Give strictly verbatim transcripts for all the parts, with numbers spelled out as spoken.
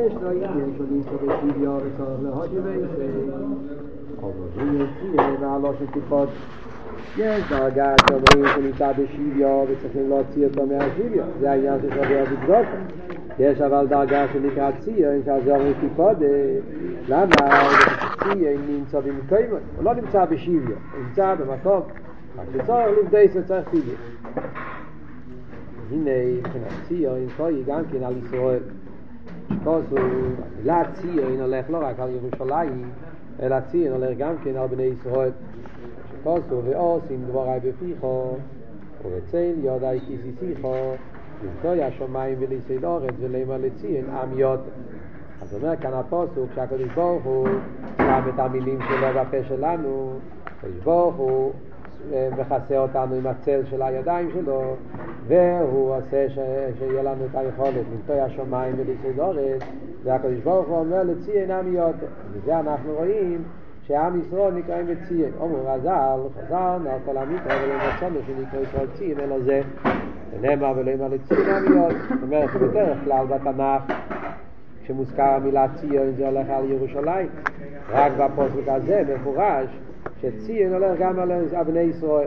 יש לו עניין של להסתובב שוויו וצורך להודי וייסי אבל הוא יציע מהלוש וטיפות יש דרגה שאומרים שנמצא בשוויו וצריכים להוציא אותו מהשוויו זה העניין של שובר בגדות יש אבל דרגה שנקרא ציון שעזור מטיפות למה? ציון נמצא במקומו הוא לא נמצא בשוויו הוא נמצא במקום רק שצורך לבדייס וצריך פיגל הנה מבחינת ציון קוי גם כן על ישראל שכוסו המילה ציון הולך לא רק על ירושלים אלא ציון הולך גם כן על בני ישראל שכוסו ועושים דברי בפיחו ובצל יודעי כיסיסיחו לבטוי השומיים וליסי אורץ ולמה לציון עם יות אז אומר כאן הפוסוק שהקדוש ברוך הוא שם את המילים שלו בפה שלנו הקדוש ברוך הוא מכסה אותנו עם הצל של הידיים שלו והוא עושה ש... שיהיה לנו את היכולת לבטוי השומיים וליסי אורץ והקדוש ברוך הוא אומר לציון עם יות וזה אנחנו רואים שעם ישראל נקראים בציון אומר רזל חזר נעל כל המקרא ולמצאנו שנקרא ישראל ציון אלא זה ונאמר ולאמר לציון עם יות זאת אומרת בדרך כלל בתנ"ך כשמוזכר המילה ציון זה הולך על ירושלים רק בפוסק הזה מפורש שציון הולך גם על בני ישראל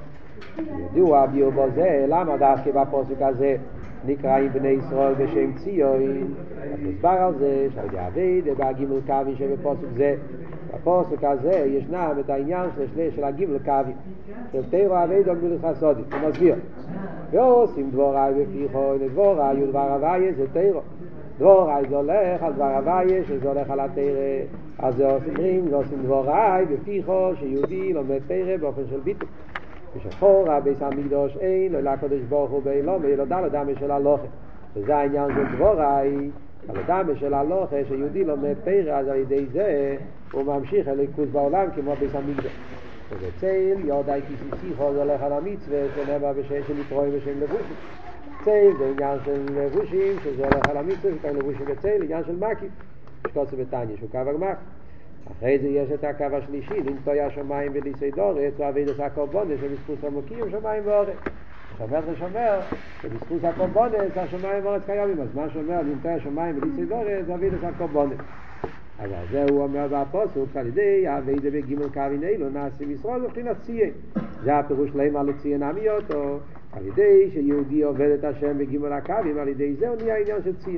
ידוע הביאו בו זה למה דווקא בפוסק הזה נקראים בני ישראל בשם ציון מסבר על זה שהגעבד בהגימל קווי שבפוסק זה בפוסק הזה ישנם את העניין של, של הגימל קווי של תירו עבד על מלך הסודי הוא מסביר ועושים דבורי בפיחו דבורי ודבר הוויה זה תירו דבורי זה הולך על דבר הוויה שזה הולך על התירה אז זה עושים זה עושים דבורי בפיחו שיהודי לומד תירה באופן של ביטול ושחורה ביס המקדוש אין לא לקדוש ברוך הוא באילום ולא דל אדם של הלוכה וזה העניין של דבורי על אדם של הלוכה שיהודי לומד תירה אז על ידי זה הוא ממשיך הליכוז בעולם כמו ביס המקדוש ובצל יודעי כיסיסיחו זה הולך על המצווה שנאמר בשם שנקראים בשם לבושים צל זה עניין של לבושים שזה הולך על המצווה שקוראים לבושים בצל עניין של מקיף שקוסו בתניא שהוא קו הגמח אחרי זה יש את הקו השלישי לנטוי השמיים וליסי דורץ ועבד את הקורבנס שבזכות המוקים שמיים ואורץ שומר ושומר שבזכות הקורבנס השמיים ואורץ קיימים אז מה שאומר לנטוי השמיים וליסי דורץ ועבד את הקורבנס אז זה הוא אומר בפוסוק על ידי עבד בגימל קווי נילו נעשים ישראל מבחינת ציון זה הפירוש להם על ציון עמיות או על ידי שיהודי עובד את השם בגימל הקווים על ידי זה הוא נהיה עניין של ציון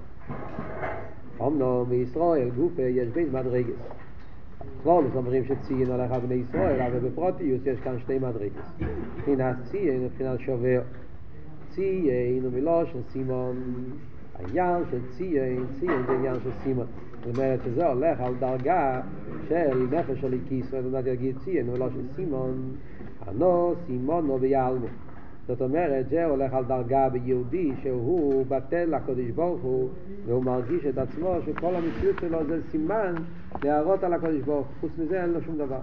אמנו מישראל גופה יש בין מדרגס כלול אומרים שציון הולך על בני ישראל אבל בפרוטיוס יש כאן שתי מדרגס מבחינת ציון מבחינת שובר ציון הוא מילוש של סימון העניין של ציון ציון זה עניין של סימון זאת אומרת שזה הולך על דרגה של נפש של איקיס ואני יודעת להגיד ציון הוא לא של סימון אנו סימונו ביעלמו זאת אומרת זה הולך על דרגה ביהודי שהוא בטל לקדוש ברוך הוא והוא מרגיש את עצמו שכל המציאות שלו זה סימן להראות על הקדוש ברוך הוא חוץ מזה אין לו שום דבר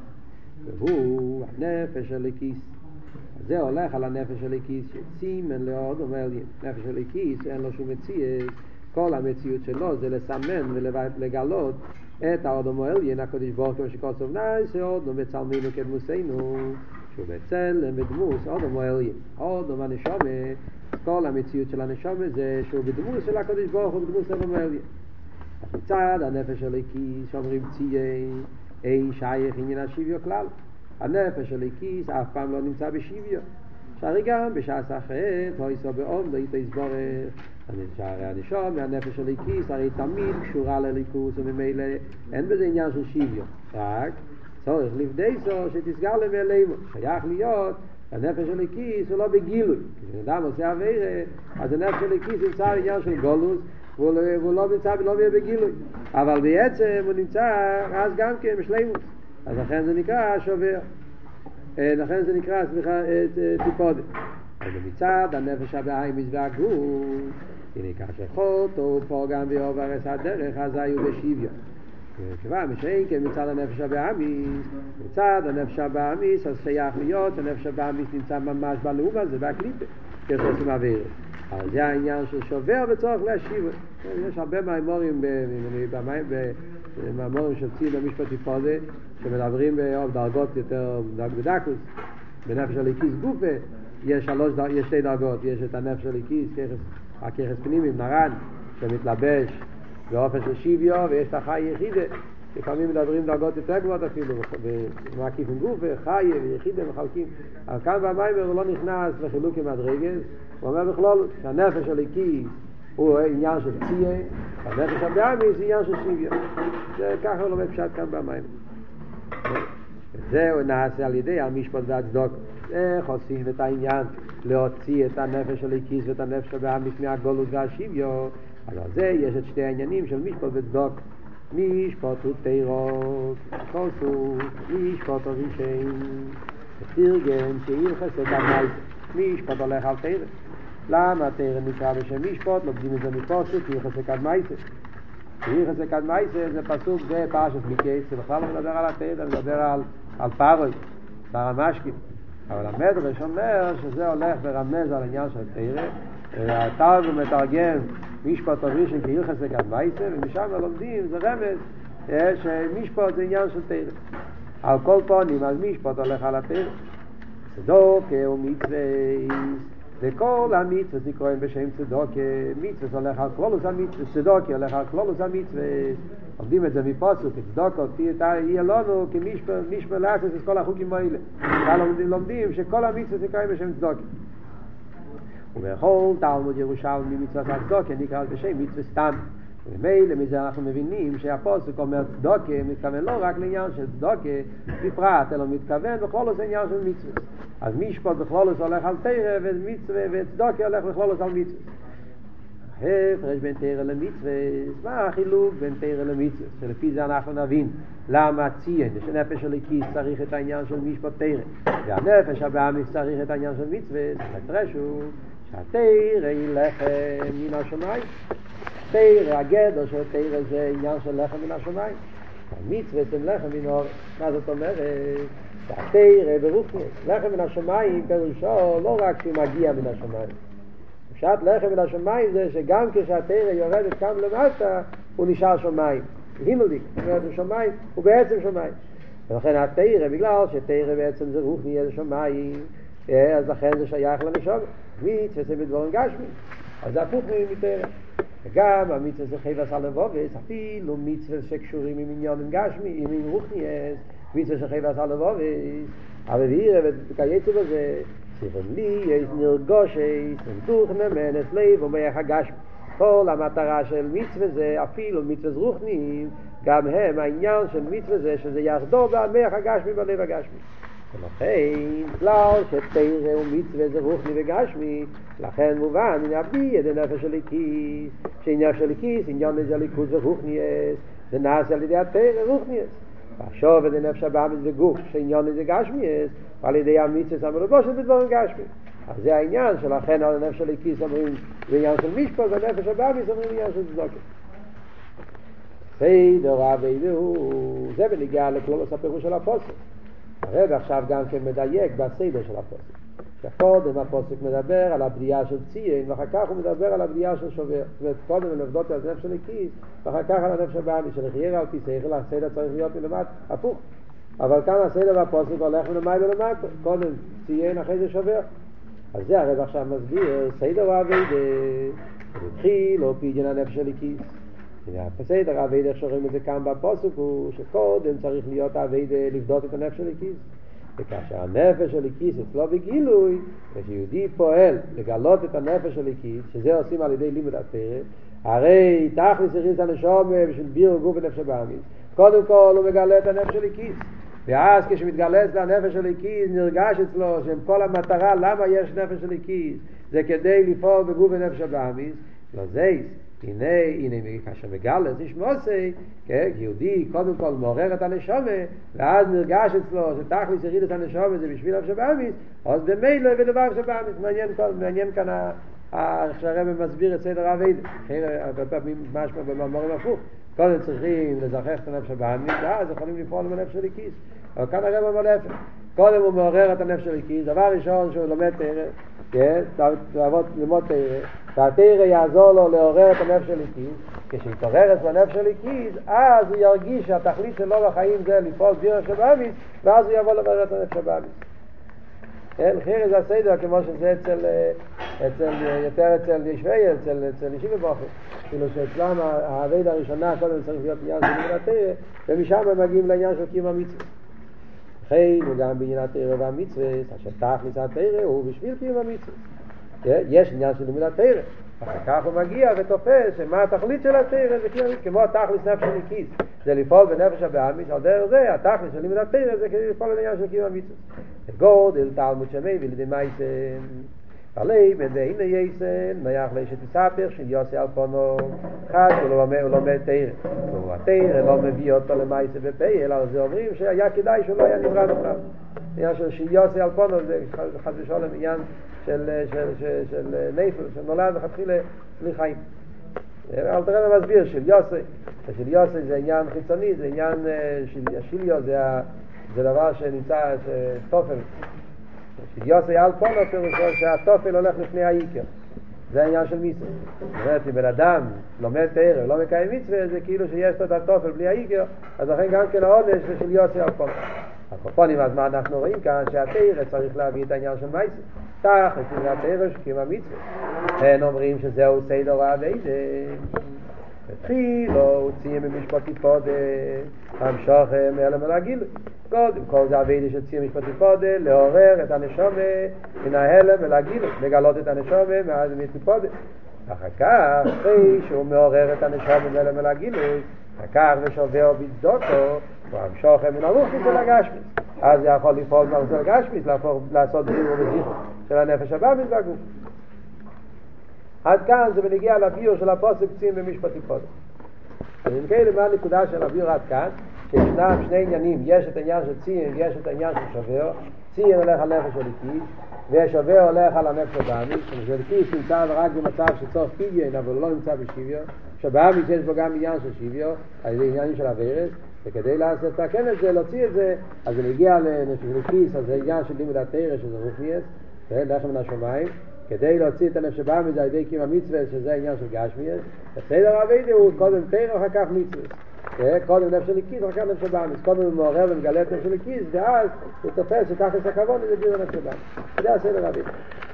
והוא הנפש של איקיס זה הולך על הנפש של איקיס שסימן לעוד אומר לי נפש של איקיס אין לו שום מציאות כל המציאות שלו זה לסמן ולגלות את האודום האליין הקדוש ברוך הוא שכוסוב נעש אודום בצלמינו כדמוסנו שהוא בצלם בדמוס אודום האליין אודום הנשמה כל המציאות של הנשמה זה שהוא בדמוס של הקדוש ברוך הוא בדמוס אודום האליין מצד הנפש של איקיס שאומרים ציין אין שייך עניין השוויו כלל הנפש של איקיס אף פעם לא נמצא בשוויו שהרי גם בשעת אחרת הויסו באום דאית יסבורך שהרי הנשום מהנפש של איקיס הרי תמיד קשורה לליכוס וממילא אין בזה עניין של שוויו רק צורך לבדייסו שתסגר למעלימו שייך להיות הנפש של איקיס הוא לא בגילוי כשאדם עושה עבירה אז הנפש של איקיס נמצא עניין של גולוס והוא לא נמצא ולא יהיה בגילוי אבל בעצם הוא נמצא אז גם כן בשלימוס אז לכן זה נקרא שובר לכן זה נקרא סליחה טיפודת אז מצד הנפש הבאמיס והגוף הנה כאשר חוטו פה גם בעובר את הדרך אז היו בשוויון כיוון משאין כן מצד הנפש הבאמיס מצד הנפש הבאמיס אז שייך להיות הנפש הבאמיס נמצא ממש בלאום הזה והקליפה כשעושים עבירה אז זה העניין של שובר וצורך להשיב יש הרבה מהמורים במאמורים של ציון במשפט טיפודת שמדברים בדרגות יותר בדקוס בנפש של איקיס גופה יש שלוש יש שתי דרגות יש את הנפש של איקיס הכרס פנימי נרן שמתלבש באופן של שוויו, ויש את החי יחידה, לפעמים מדברים דרגות יותר גבוהות אפילו, ומקיף עם גוף, חי ויחידה מחלקים. אבל כאן במיימר הוא לא נכנס לחילוק עם הדרגס, הוא אומר בכלול שהנפש הליקי הוא עניין של צייה, הנפש הבאמיס זה עניין של שוויו. זה ככה הוא לומד פשט כאן במיימר. זהו נעשה על ידי המשפט והצדוק. איך עושים את העניין להוציא את הנפש הליקי ואת הנפש הבאמיס מהגולות והשוויו? אז על זה יש את שתי העניינים של משפט וצדוק. משפט ותירות, כל סוג, משפט הראשון, תרגם שהלכס את המייס, משפט הולך על תירת. למה תירת נקרא בשם משפט? לומדים את זה מפוסק, הלכס את המייס. הלכס את המייס זה פסוק, זה פרשת מקץ, זה בכלל לא מדבר על התירת, אני מדבר על, על פרוי, שר המשקים. אבל המדרש אומר שזה הולך ורמז על העניין של תירת, והתרגום מתרגם משפט הראשון כהלכס לקדמייסה, ומשם לומדים, זה רמז שמשפט זה עניין של תירת. על כל פונים, אז משפט הולך על התירת. צדוקה ומצווה, וכל המצווה נקראים בשם צדוקה, מצווה הולך על כלולוס המצווה, צדוקה הולך על כלולוס המצווה. לומדים את זה מפוסוק, צדוקה יהיה לנו כמשפט לעשות את כל החוקים האלה. כאן לומדים שכל המצווה נקראים בשם צדוקה. ובכל תלמוד ירושלמי מצוות הצדוקה נקרא בשם מצווה סתם. וממילא מזה אנחנו מבינים שהפוסק אומר צדוקה מתכוון לא רק לעניין של צדוקה בפרט, אלא מתכוון בכלולוס עניין של מצווה. אז משפט בכלולוס הולך על תירה, ומצווה וצדוקה הולך בכלולוס על מצווה. ההפרש בין תירה למצווה, מה החילוק בין תירה למצווה? שלפי זה אנחנו נבין למה ציין שנפש הליקי צריך את העניין של משפט תירה, והנפש הבאמיס צריך את העניין של מצווה. ההפרש הוא שהתירה היא לחם מן השמיים. תירה, הגדר של תירה זה עניין של לחם מן השמיים. המצווה זה לחם מן האור. מה זאת אומרת? שהתירה ברוחניס, לחם מן השמיים פירושו לא רק שהוא מגיע מן השמיים. פשט לחם מן השמיים זה שגם כשהתירה יורדת כאן למטה הוא נשאר שמיים. הימלדיק, זאת אומרת השמיים הוא בעצם שמיים. ולכן התירה, בגלל שתירה בעצם זה רוחני, זה שמיים, אז לכן זה שייך לנשום. מצווה זה בדברים גשמיים, אז זה הפוך מתירה. וגם המצווה זה חייבס על לבובס, אפילו מצווה שקשורים עם עניונים גשמיים, עם רוחניאס, מצווה שחייבס על לבובס, אבל ויראה וכייצו בזה, סיכון לי יש נרגושי, סמתוך נמנס לב ומח הגשמי. כל המטרה של מצווה זה, אפילו מצווה רוחניים, גם הם העניין של מצווה זה, שזה יחדור במח הגשמי בלב הגשמי. ולכן, כלל שתירה ומצווה זה רוחני וגשמי, לכן מובן, הנה אבי את הנפש הליקי, שעניין של ליקיס, עניין לזה ליכוז ורוחניאס, זה נעשה על ידי התירה רוחניאס. ועשוב את הנפש הבאמיס וגוף, שעניין לזה גשמיאס, ועל ידי המצווה המלובושת בדברים גשמי. אז זה העניין שלכן על הנפש הליקיס אומרים, זה עניין של משפט, והנפש הבאמיס אומרים עניין של צדוקה. סדר אבינו, זה בניגע לכלולוס הפירוש של הפוסק. הרב עכשיו גם כן מדייק בסדר של הפוסק. שקודם הפוסק מדבר על הבריאה של ציין, ואחר כך הוא מדבר על הבריאה של שובר. זאת אומרת, קודם הוא נבדות על נפש הליקיס, ואחר כך על הנפש הבאמיס, שלחיירה על פי שכל, הסדר צריך להיות מלמד, הפוך. אבל כאן הסדר בפוסק הולך מלמד ולמד, קודם ציין, אחרי זה שובר. אז זה הרב עכשיו מסביר, סדר האביידה, התחיל או פי הנפש הליקיס. בסדר האביידה, איך שרואים את זה כאן בפוסק, הוא שקודם צריך להיות האביידה לבדות את הנפש הליקיס. וכאשר הנפש הליקיס אצלו בגילוי, כשיהודי פועל לגלות את הנפש הליקיס, שזה עושים על ידי לימוד התורה, הרי תכלס הכניס הנשום בשביל בירור גוף ונפש הבאמיס. קודם כל הוא מגלה את הנפש הליקיס. ואז כשמתגלה אצל הנפש הליקיס נרגש אצלו שכל המטרה למה יש נפש הליקיס זה כדי לפעול בגוף ונפש הבאמיס. לא זייס, הנה, הנה, כאשר מגלה זה שמוסי, יהודי קודם כל מעורר את הנשום ואז נרגש אצלו שתכלס יריד את הנשום זה בשביל נפש הבאמיס, אז במילא ודבר נפש הבאמיס. מעניין, מעניין כאן איך שהרב מסביר את סדר האביידה. הרבה פעמים משמע במאמרים הפוך, קודם צריכים לזכח את הנפש הבאמיס, ואז יכולים לפעול בנפש הליקיס. אבל כאן הרב אומר להפך, קודם הוא מעורר את הנפש הליקיס, דבר ראשון שהוא לומד תורה, לעבוד ללמוד תורה, והתורה יעזור לו לעורר את הנפש הליקיס. כשיתעורר את הנפש הליקיס, אז הוא ירגיש שהתכלית שלו בחיים זה לפעול בנפש הבאמיס, ואז הוא יבוא לעורר את הנפש הבאמיס. חרס זה הסדר כמו שזה אצל, אצל יותר אצל ישבי, אצל, אצל ישיבה באופן. כאילו שאצלם העבודה הראשונה קודם צריך להיות עניין של לימוד התורה, ומשם הם מגיעים לעניין של קיום המצווה. לכן גם בעניין התורה והמצווה, אשר תכלס התורה הוא בשביל קיום המצווה. יש עניין של לימוד התורה, אחר כך הוא מגיע ותופס מה התכלית של התורה, זה קיום המצווה, כמו התכלס נפש הניקיס, זה לפעול בנפש הבאמיס, על דרך זה התכלס של לימוד התורה זה כדי לפעול בעניין של קיום המצווה. גודל תלמוד שמי ולידי מייסן עלי בדהינה יסן מייח לי שתספר של יוסי על פונו חד הוא לומד תאיר והוא התאיר לא מביא אותו למייסה בפייל אבל זה אומרים שהיה כדאי שהוא לא היה נברא בכלל עניין של יוסי על פונו זה חד ושולם עניין של נפל שנולד וחתחיל לחיים אל תראה למסביר של יוסי של יוסי זה עניין חיצוני זה עניין של ישיליו זה דבר שנמצא תופל של יוסי על פונו פירושו שהתופל הולך לפני העיקר זה העניין של מצווה זאת אומרת אם בן אדם לומד תורה ולא מקיים מצווה זה כאילו שיש לו את התופל בלי העיקר אז לכן גם כן העונש זה של יוסי על פונו הקופונים אז מה אנחנו רואים כאן שהתורה צריך להביא את העניין של מייסה תח לפני התורה שקים המצווה הם אומרים שזהו סדר העבודה התחילו הוציאים במשפטי פודה המשוכם אלם אל הגיל קודם כל זה עבודה שהוציאים במשפטי פודה לעורר את הנשמה מן ההלם אל הגיל לגלות את הנשמה מאז משפטי פודה אחר כך אחרי שהוא מעורר את הנשמה מן ההלם אל הגיל אחר כך ושווה בצדוקו הוא המשוכם מן הרוחית אל הגשמית אז זה יכול לפעול מהרוחית אל הגשמית לעשות בירור וזיכרון של הנפש הבאמיס והגוף עד כאן זה בנגיע לביור של הפוסק ציין במשפטי פודה. אז אם כאלה מה הנקודה של הביור עד כאן, שישנם שני עניינים, יש את העניין של ציין ויש את העניין של שובר, ציין הולך על נפש הליקיס, ושובר הולך על הנפש הבאמיס, הליקיס נמצא רק במצב שצורך פידיין, אבל הוא לא נמצא בשוויון, שבאמיס יש בו גם עניין של שוויון, על זה עניינים של הוורס, וכדי לתקן את זה, להוציא את זה, אז זה מגיע לנפש הליקיס, אז זה עניין של לימוד התורה, שזה רוחניאס, לחם מן השמיים, כדי להוציא את הנפש הבאמיס זה על ידי קיום המצווה שזה העניין של גשמיאס הסדר העבודה הוא קודם תורה אחר כך מצווה קודם נפש הליקיס אחר כך נפש הבאמיס קודם הוא מעורר ומגלה את נפש הליקיס ואז הוא תופס שתכלס הכוונה זה ביור הנפש הבאמיס זה הסדר העבודה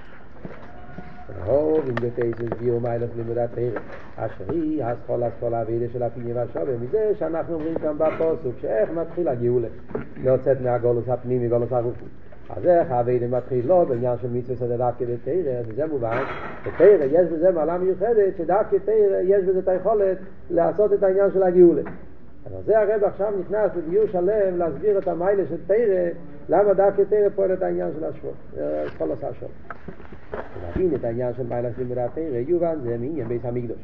הוב אם בתייסס ביור מיילס לימודת תורה אשר היא הסכול הסכול העבודה של הפיניה והשווה מזה שאנחנו אומרים כאן בפוסוק שאיך מתחיל הגאולה להוצאת מהגולוס הפנימי גולוס הרוחי אז איך העבודה מתחיל לא בעניין של מצווה שזה דווקא בתורה, אז זה מובן, בתורה יש בזה מעלה מיוחדת שדווקא בתורה יש בזה את היכולת לעשות את העניין של הגאולה. אז זה הרב עכשיו נכנס לביור שלם להסביר את המיילה של תורה, למה דווקא תורה פועל את העניין של השבוע, כל עושה השבוע. להבין את העניין של מיילה של לימוד תורה, יובן זה מעניין בית המקדוש.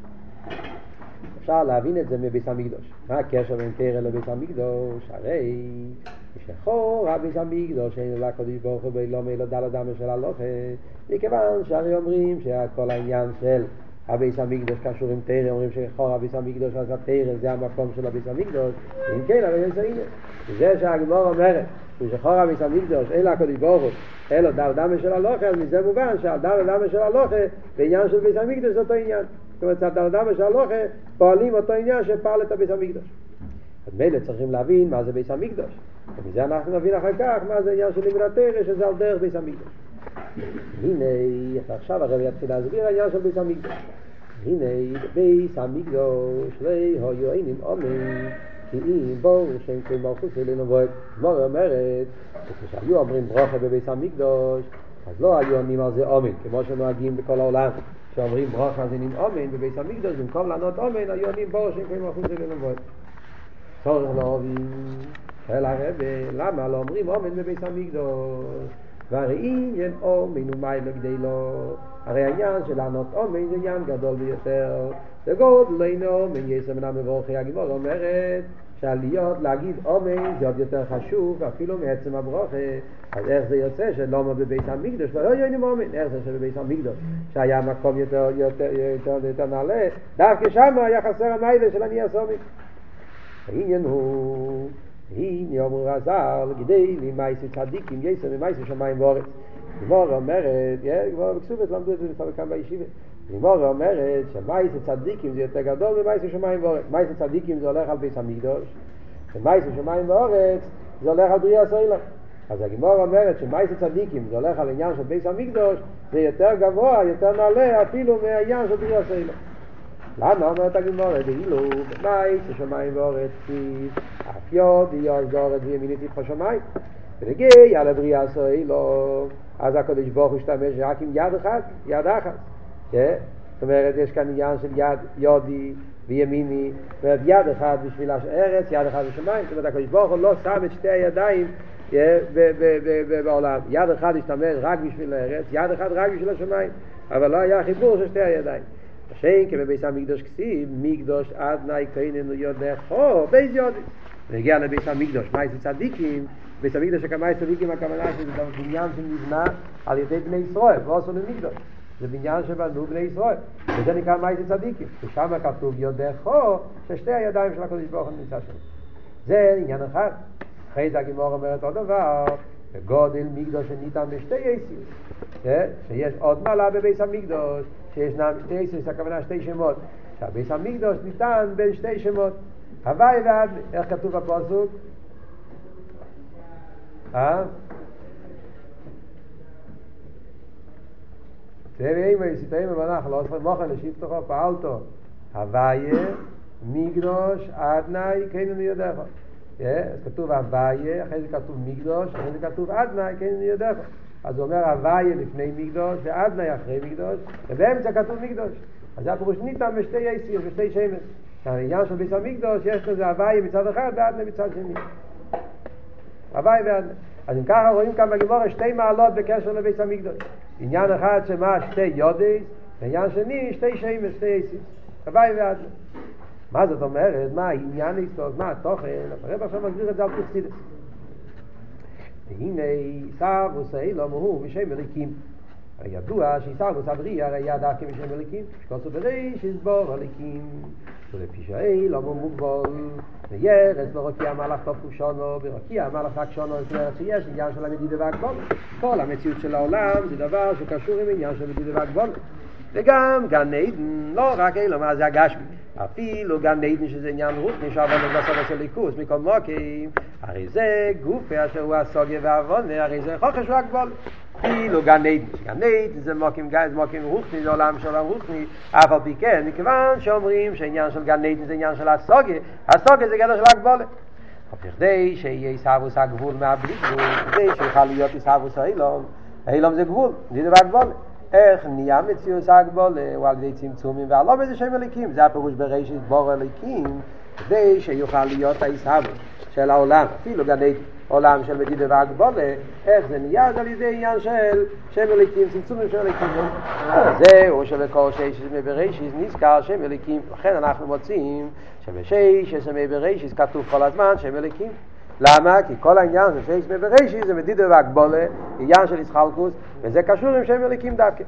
אפשר להבין את זה מבית המקדוש. מה הקשר בין תורה לבית המקדוש? הרי שחור הביס המקדוש שאין לה קודש ברוך הוא לא מלא דל אדם של הלוכה מכיוון שהרי אומרים שכל העניין של הביס המקדוש קשור עם תורה אומרים שחור הביס המקדוש אז התורה זה המקום של הביס המקדוש אם כן הרי יש הנה וזה שהגמור אומרת שחור הביס המקדוש אין לה קודש ברוך הוא אלא דל אדם של הלוכה אז מזה מובן שהדל אדם של הלוכה בעניין של ביס המקדוש זה אותו עניין זאת אומרת שהדל אדם של הלוכה פועלים אותו עניין שפעל את הביס המקדוש אז מילא צריכים להבין מה זה ביס המקדוש ומזה אנחנו נבין אחר כך מה זה עניין של לימוד התורה שזה על דרך ביס המקדוש הנה עכשיו הרב יתחיל להסביר העניין של ביס המקדוש הנה ביס המקדוש לא היו עינים אומרים כי אם בואו שם כל מלכות אלינו בועד מורה אומרת כשהיו אומרים ברוכה בביס המקדוש אז לא היו עונים על זה אומן כמו שנוהגים בכל העולם שאומרים ברוכה זה עונים אומן בביס המקדוש במקום לענות אומן היו עונים בואו שם כל מלכות אלינו בועד צורך להבין של הרב, למה לא אומרים אומן בביס המקדוש? והרי עניין אומן ומיילה כדי לא הרי העניין של לענות אומן זה עניין גדול ביותר זה גודל אין אומן יסע מן המבורכי הגמור אומרת שעליות להגיד אומן זה עוד יותר חשוב אפילו מעצם הברוכה אז איך זה יוצא שלא בביס המקדוש ולא יונים אומן איך זה שבביס המקדוש שהיה מקום יותר יותר יותר יותר נעלה דווקא שם היה חסר המיילה של אני הסומן העניין הוא הנה אומר הזל כדי למעשה צדיקים יסע ממעשה שמיים וארץ גמרא אומרת גמרא בכסופת למדו את זה לפעמים כאן בישיבה גמרא אומרת שמעשה צדיקים זה יותר גדול ממעשה שמיים וארץ מעשה צדיקים זה הולך על ביס המקדוש ומעשה שמיים וארץ זה הולך על בריאה סוילה אז הגימור אומרת שמייס הצדיקים זה הולך על עניין של בית המקדוש, זה יותר גבוה, יותר נעלה אפילו מהעניין של בריאה סלו. למה אומרת הגימור? דהילו במייס השמיים ואורץ אף יודי יוז אורץ וימיני תפחה שמיים ונגיע לבריאה סלו, אז הקדוש ברוך הוא השתמש רק עם יד אחת, יד אחת. זאת אומרת יש כאן עניין של יד יודי וימיני, זאת אומרת יד אחת בשביל הארץ, יד אחת בשמיים. זאת אומרת הקדוש ברוך הוא לא שם את שתי הידיים בעולם, יד אחד השתמש רק בשביל הארץ, יד אחד רק בשביל השמיים, אבל לא היה חיבור של שתי הידיים. השם כבבית המקדוש כסיב מקדוש אדוני כהננו יודעו בית יודי. נגיע לבית המקדוש מייס צדיקים, בית המקדוש כמייס צדיקים הכוונה שזה בניין שנבנה על ידי בני ישראל ועשו למקדוש, זה בניין שבנו בני ישראל, וזה נקרא מייס צדיקים, ושם כתוב יודעו ששתי הידיים של הקדוש ברוך הוא נמצא שם. זה עניין אחד. אחרי זה הגימור אומרת עוד דבר, בגודל מקדוש שניתן בשתי יסיס, שיש עוד מעלה בבית המקדוש, שישנם שתי יסיס, הכוונה שתי שמות, שהבית המקדוש ניתן בין שתי שמות, הוואי ועד, איך כתוב בפסוק? אה? תראי אימא, יסיתאים במנח, לא עושים מוכן לשבתוכו, פעלתו, הוואי מקדוש אדוני כהננו יודעו. אז כתוב הוויה, אחרי זה כתוב מקדוש, אחרי זה כתוב אדוני כהננו יודעו. אז הוא אומר הוויה לפני מקדוש ואדוני אחרי מקדוש, ובאמצע כתוב מקדוש. אז זה הפירוש ניתן בשתי יסיר, בשתי שמש. העניין של בית המקדוש יש לזה הוויה מצד אחד ואדוני מצד שני. הוויה ואדוני. אז אם ככה רואים כאן בגימור שתי מעלות בקשר לבית המקדוש. עניין אחד שמה שתי יודי, ועניין שני שתי שמש, שתי יסיר. הוויה ואדוני. מה זאת אומרת? מה העניין היסטוס? מה התוכן? הרב עכשיו מסביר את זה על פרקסידס. והנה עיסאוווס האילום הוא בשם אליקים. הרי ידוע שעיסאוווס הבריאה הרי היה דווקא בשם אליקים, שכוסו בראשית בור אליקים, ולפי שהאילום הוא מוגבל וירס לא רקיע מלאך טוב כבשונו ורקיע מלאך רק שונו. זאת אומרת שיש עניין של המדידה והגבול, כל המציאות של העולם זה דבר שקשור עם עניין של המדידה והגבול. וגם גן עדן, לא רק אילום, אז זה הגשמי, אפילו גן עדן שזה עניין רוחני שעבוד בסוגיה של ליכוס מכל מוקים, הרי זה גוף אשר הוא הסוגיה והעבודה, הרי זה חוכש והגבול. אפילו גן עדן, גן עדן זה מוקים גז, מוקים רוחני, זה עולם של עולם רוחני, אף על פי כן, מכיוון שאומרים שהעניין של גן עדן זה עניין של הסוגיה, הסוגיה זה גדר של הגבול. כדי שיהיה עיסאוווס הגבול מהבלי גבול, כדי שיוכל להיות עיסאוווס האילום, האילום זה גבול, זה דבר גבול. איך נהיה מציאות הגבול הוא על ידי צמצומים והלא בזה שם אליקים, זה הפירוש בראשית בור אליקים, כדי שיוכל להיות העיסאוווס של העולם, אפילו גן עדן, עולם של מדידה והגבול, איך זה נהיה על ידי עניין של שם אליקים, צמצומים של אליקים. זהו שבכל שש בראשית נזכר שם אליקים, לכן אנחנו מוצאים שבשש בראשית כתוב כל הזמן שם אליקים. למה? כי כל העניין של שש בראשית זה מדידה והגבולה, עניין של ישחלקוס, וזה קשור עם שם אליקים דווקא.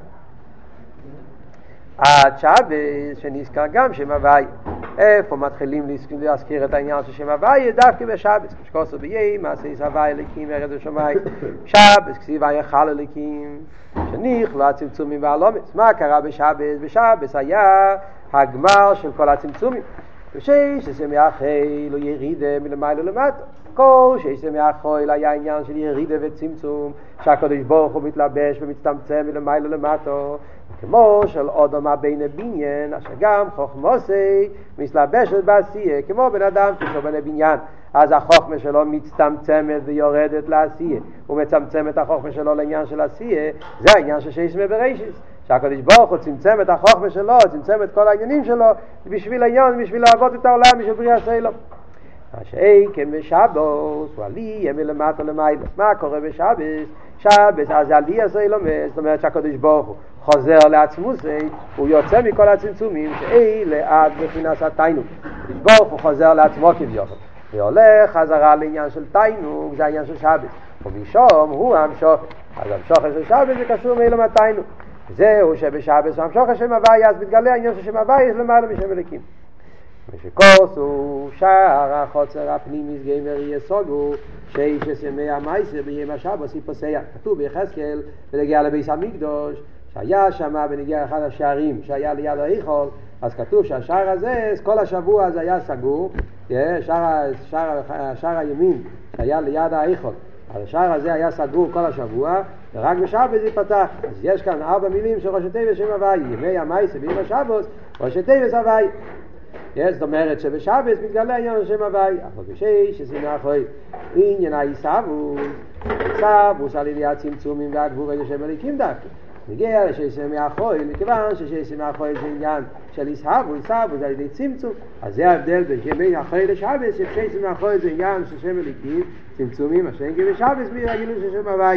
עד שבת שנזכר גם שם הוויה. איפה מתחילים להזכיר את העניין של שם הוויה? דווקא בשבת. כשכוסו ביי, מעשה הוויה אליקים ארץ ושמיים. שבת, כסיב ויחל אליקים, שנכלו הצמצומים והלומץ. מה קרה בשבת? בשבת היה הגמר של כל הצמצומים. ושש זה מאחי לא ירידה מלמעלה למטה. כל שיש זה מאחוי היה עניין של ירידה וצמצום, שהקדוש ברוך הוא מתלבש ומצטמצם מלמעלה למטה, כמו של אדם בין הבניין, אשר גם חוכמוסי מתלבשת בעשייה, כמו בן אדם כשהוא בן הבניין, אז החוכמה שלו מצטמצמת ויורדת לעשייה, הוא מצמצם את החוכמה שלו לעניין של עשייה. זה העניין של שיש בראשית, שהקדוש ברוך הוא צמצם את החוכמה שלו, צמצם את כל העניינים שלו בשביל העניין, בשביל לעבוד את העולם, בשביל בריאה סלום. מה שאין כמשבוס הוא עלייה מלמטה למעלה. מה קורה בשבת? שבת אז עלייה סלום, זאת אומרת שהקדוש ברוך הוא חוזר לעצמו, הוא יוצא מכל הצמצומים שאלה עד בחינת התיינוג. הקדוש ברוך הוא חוזר לעצמו כביכול והולך חזרה לעניין של תיינוג, זה העניין של שבת, ומשום הוא המשוך. אז המשוך של שבת זה קשור מאילום התיינוג. זהו שבשבת המשוך השם הוויה, אז מתגלה העניין של שם הוויה למעלה משם אליקים. ושכוסו שער החוצר הפנימיס גמר יסוגו שיש ימי המייסר ביום השבת סיפוסיה. כתוב ביחזקאל בנגיע לבית המקדוש שהיה שם בנגיע אחד השערים שהיה ליד ההיכל, אז כתוב שהשער הזה כל השבוע הזה היה סגור, שער, שער, שער הימין שהיה ליד ההיכל אז השער הזה היה סגור כל השבוע, ורק בשבת זה פתח. אז יש כאן ארבע מילים של ראשי תיבס שם הוואי, ימי המייסה בימי השבוס, ראשי תיבס הוואי. זאת אומרת שבשבת מתגלה עניין השם הוואי, אבל בשש שזה מאחורי עניין האיסאבוס, איסאבוס על ידי הצמצומים והגבורי לשם הליקים דווקא. נגיע לשש מאחורי, מכיוון ששש מאחורי זה עניין של איסאבוס, איסאבוס על ידי צמצום, אז זה ההבדל בין ימי אחרי לשבת, ששש מאחורי זה עניין של שם הליקים, צמצומים, השם כי בשבת מרגילות של שם הוואי.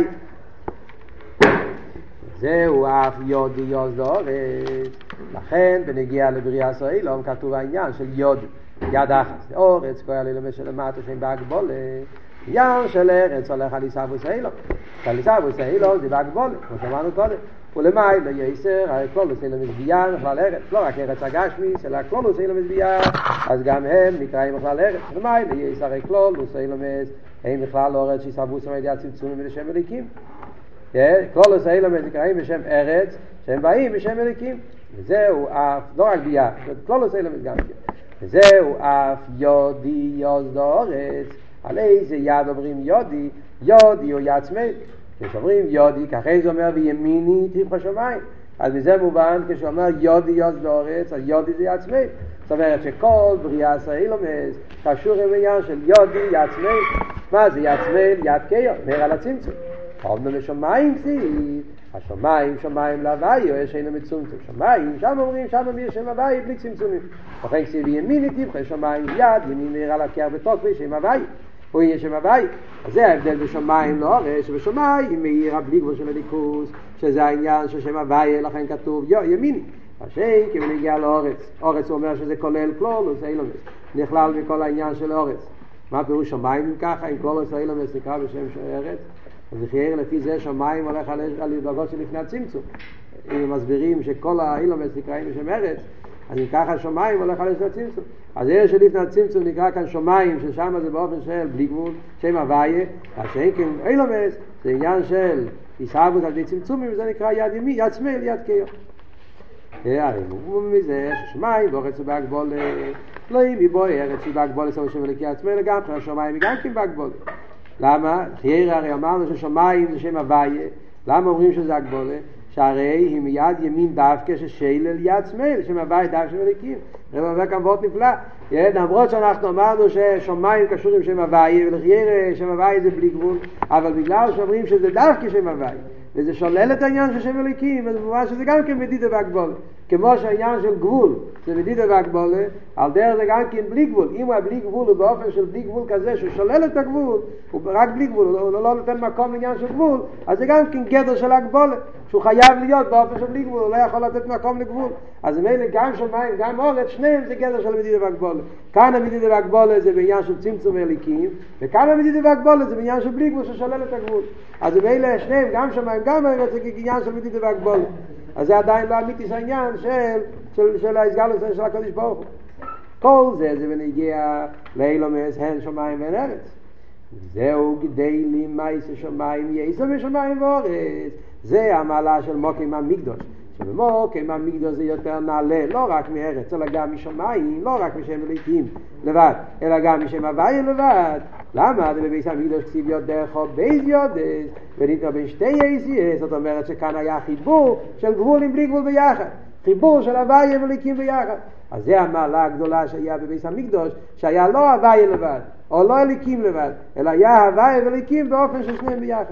זהו אף יודי יוז לאורץ, לכן בנגיע לבריאה סוילום כתוב העניין של יוד, יד אחת לאורץ, כל הלילמה של למטה שהם בהגבולה, עניין של ארץ הולך על איסאבוס אילום, על איסאבוס אילום זה בהגבולה, כמו שאמרנו קודם, ולמי לא יסר, הרי כלולוס אילום מסבייה בכלל ארץ, לא רק ארץ הגשמיס, אלא כלולוס אילום מסבייה, אז גם הם נקראים בכלל ארץ, ולמי לא יסר, הרי כלולוס אילום הם בכלל אורץ שאיסאבוס על ידי הצמצומים ולשם אליקים. כלולוס אילום נקראים בשם ארץ, שהם באים בשם אליקים. וזהו אף, לא רק ביה, כלולוס אילום גם כן. וזהו אף יודי יוז לאורץ, על איזה יד אומרים יודי, יודי הוא יד שמאל. כשאומרים יודי, ככה זה אומר וימיני תבחר שמיים. אז מזה מובן, כשאומר יודי יוז לאורץ, אז יודי זה יד שמאל. זאת אומרת שכל בריאה סאילומס קשור עם עניין של יודי יד שמאל. מה זה יד שמאל? יד קיו, נר על הצמצום. אומנם לשמיים כסיב, השמיים שמיים להוואי, או יש אינו מצומצם. שמיים, שם אומרים, שם אומר שם הוואי בלי צמצומים. וכן כסיב ימיני תבחר שמיים יד, ימין נר על הקר בתוקף שם הוואי. הוא יהיה שם הוואי. אז זה ההבדל בשמיים לאורץ, שבשמיים מאיר הבלי גבול של הליכוס, שזה העניין של שם הוואי, לכן כתוב ימיני. השם כבנגיע לאורץ, אורץ הוא אומר שזה כולל כלולוס אילומס, נכלל מכל העניין של אורץ. מה פירוש שמיים ככה? אם כלולוס אילומס נקרא בשם של ארץ, אז נחייר לפי זה שמיים הולך על דרגות שלפני הצמצום. אם מסבירים שכל האילומס נקראים בשם ארץ, אז אם ככה שמיים הולך על לפני הצמצום. אז אלה שלפני הצמצום נקרא כאן שמיים, ששם זה באופן של בלי גבול, שם הוויה, השם כאילומס זה עניין של איסאבוס על ידי צמצומים, וזה נקרא יד ימי, יד שמאל, יד קיו. הרי מובן מזה ששמיים ואורץ ובהגבול לא אם מבואי ארץ שבהגבול לסבור שם ולקי עצמי גם אחרי השמיים גם כן בהגבול. למה? חייר הרי אמרנו ששמיים זה שם הוויה. למה אומרים שזה הגבול? שהרי היא מיד ימין דווקא ששיילל יד שמאל, שם הוויה דווקא שם ולקים. רב אומר כאן ואות נפלא. למרות שאנחנו אמרנו ששמיים קשור עם שם הוויה, ולחייר שם הוויה זה בלי גבול, אבל בגלל שאומרים שזה דווקא שם הוויה וזה שולל את העניין של שם אליקים, וזה מובן שזה גם כן מדידה והגבולה. כמו שהעניין של גבול זה מדידה והגבולה, על דרך זה גם כן בלי גבול. אם הוא בלי גבול הוא באופן של בלי גבול כזה שהוא שולל את הגבול, הוא רק בלי גבול, הוא לא, לא נותן מקום לעניין של גבול, אז זה גם כן גדר של הגבולה, שהוא חייב להיות באופן של בלי גבול, הוא לא יכול לתת מקום לגבול. אז מילא גם שמיים, גם אורץ, שניהם זה גדר של מדידה והגבולה. כאן המדידה והגבולה זה בעניין של צמצום אליקים, וכאן המדידה והגבולה זה בעניין של בלי גבול ששולל את הגבול. אז מילא שניהם, גם שמיים, גם אורץ, זה עניין של מדידה והגבולה. אז זה עדיין לא אמיתי העניין של, של, של ההסגלות של הקדוש ברוך הוא. כל זה זה בנגיע לאילומס הן שמיים והן ארץ. זהו גדלים מייס שמיים יסו ושמיים ואורץ. זה המעלה של מוקים המקדוש. שבמוקים המקדוש זה יותר נעלה, לא רק מארץ, אלא גם משמיים, לא רק משם אליקים לבד, אלא גם משם הוויה לבד. למה? זה בביס המקדוש כסיב יודך או בייס יודס, וניתנו בין שתי יסייס, זאת אומרת שכאן היה חיבור של גבול עם בלי גבול ביחד, חיבור של הוויה ואליקים ביחד. אז זה המעלה הגדולה שהיה בביס המקדוש, שהיה לא הוויה לבד, או לא אליקים לבד, אלא היה הוויה ואליקים באופן של שניהם ביחד.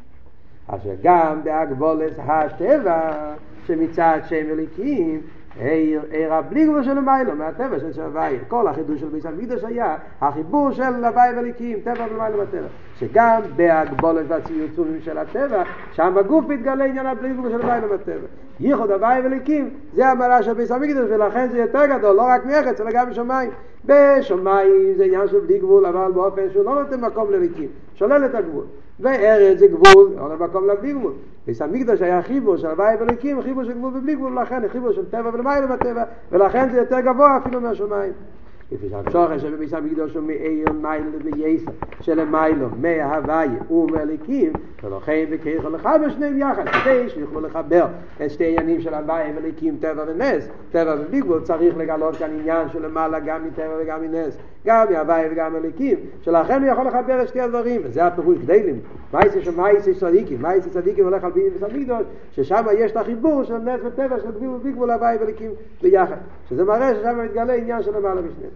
אשר גם בהגבולת הטבע שמצד שם אליקים עיר הבלי גבול של המיילו מהטבע של הוויה. כל החידוש של ביס המקדוש היה החיבור של הוויה ואליקים, טבע ומיילו מהטבע, שגם בהגבולת והצמצומים של הטבע שם בגוף מתגלה עניין הבלי גבול של המיילו מהטבע. ייחוד הוויה ואליקים זה המעלה של ביס המקדוש, ולכן זה יותר גדול לא רק מארץ אלא גם בשמיים. בשמיים זה עניין של בלי גבול, אבל באופן שהוא לא נותן מקום לאליקים, שולל את הגבול. וארץ זה גבול, לא מקום לבלי גבול. ביס המקדוש היה חיבור של הוויה ואליקים, חיבור של גבול ובלי גבול, ולכן חיבור של טבע ולמיילו בטבע, ולכן זה יותר גבוה אפילו מהשמיים. כפי שהמשוך שבביס המקדוש הוא מאיר מייל ובייסר שלמיילו מההוויה ומליקים ולכן וכיכו לחבר שניהם יחד כדי שיוכלו לחבר את שתי עניינים של הוויה וליקים טבע ונס. טבע וביגבול צריך לגלות כאן עניין של למעלה גם מטבע וגם מנס, גם מהוויה וגם מליקים, שלכן הוא יכול לחבר את שתי הדברים. וזה הפירוש גדלים מייסי של מייסי צדיקים. מייסי צדיקים הולך על ביס המקדוש ששם יש את החיבור של נס וטבע של גביל וביגבול הוויה וליקים ביחד, שזה מראה ששם מתגלה עניין של למעלה משניהם.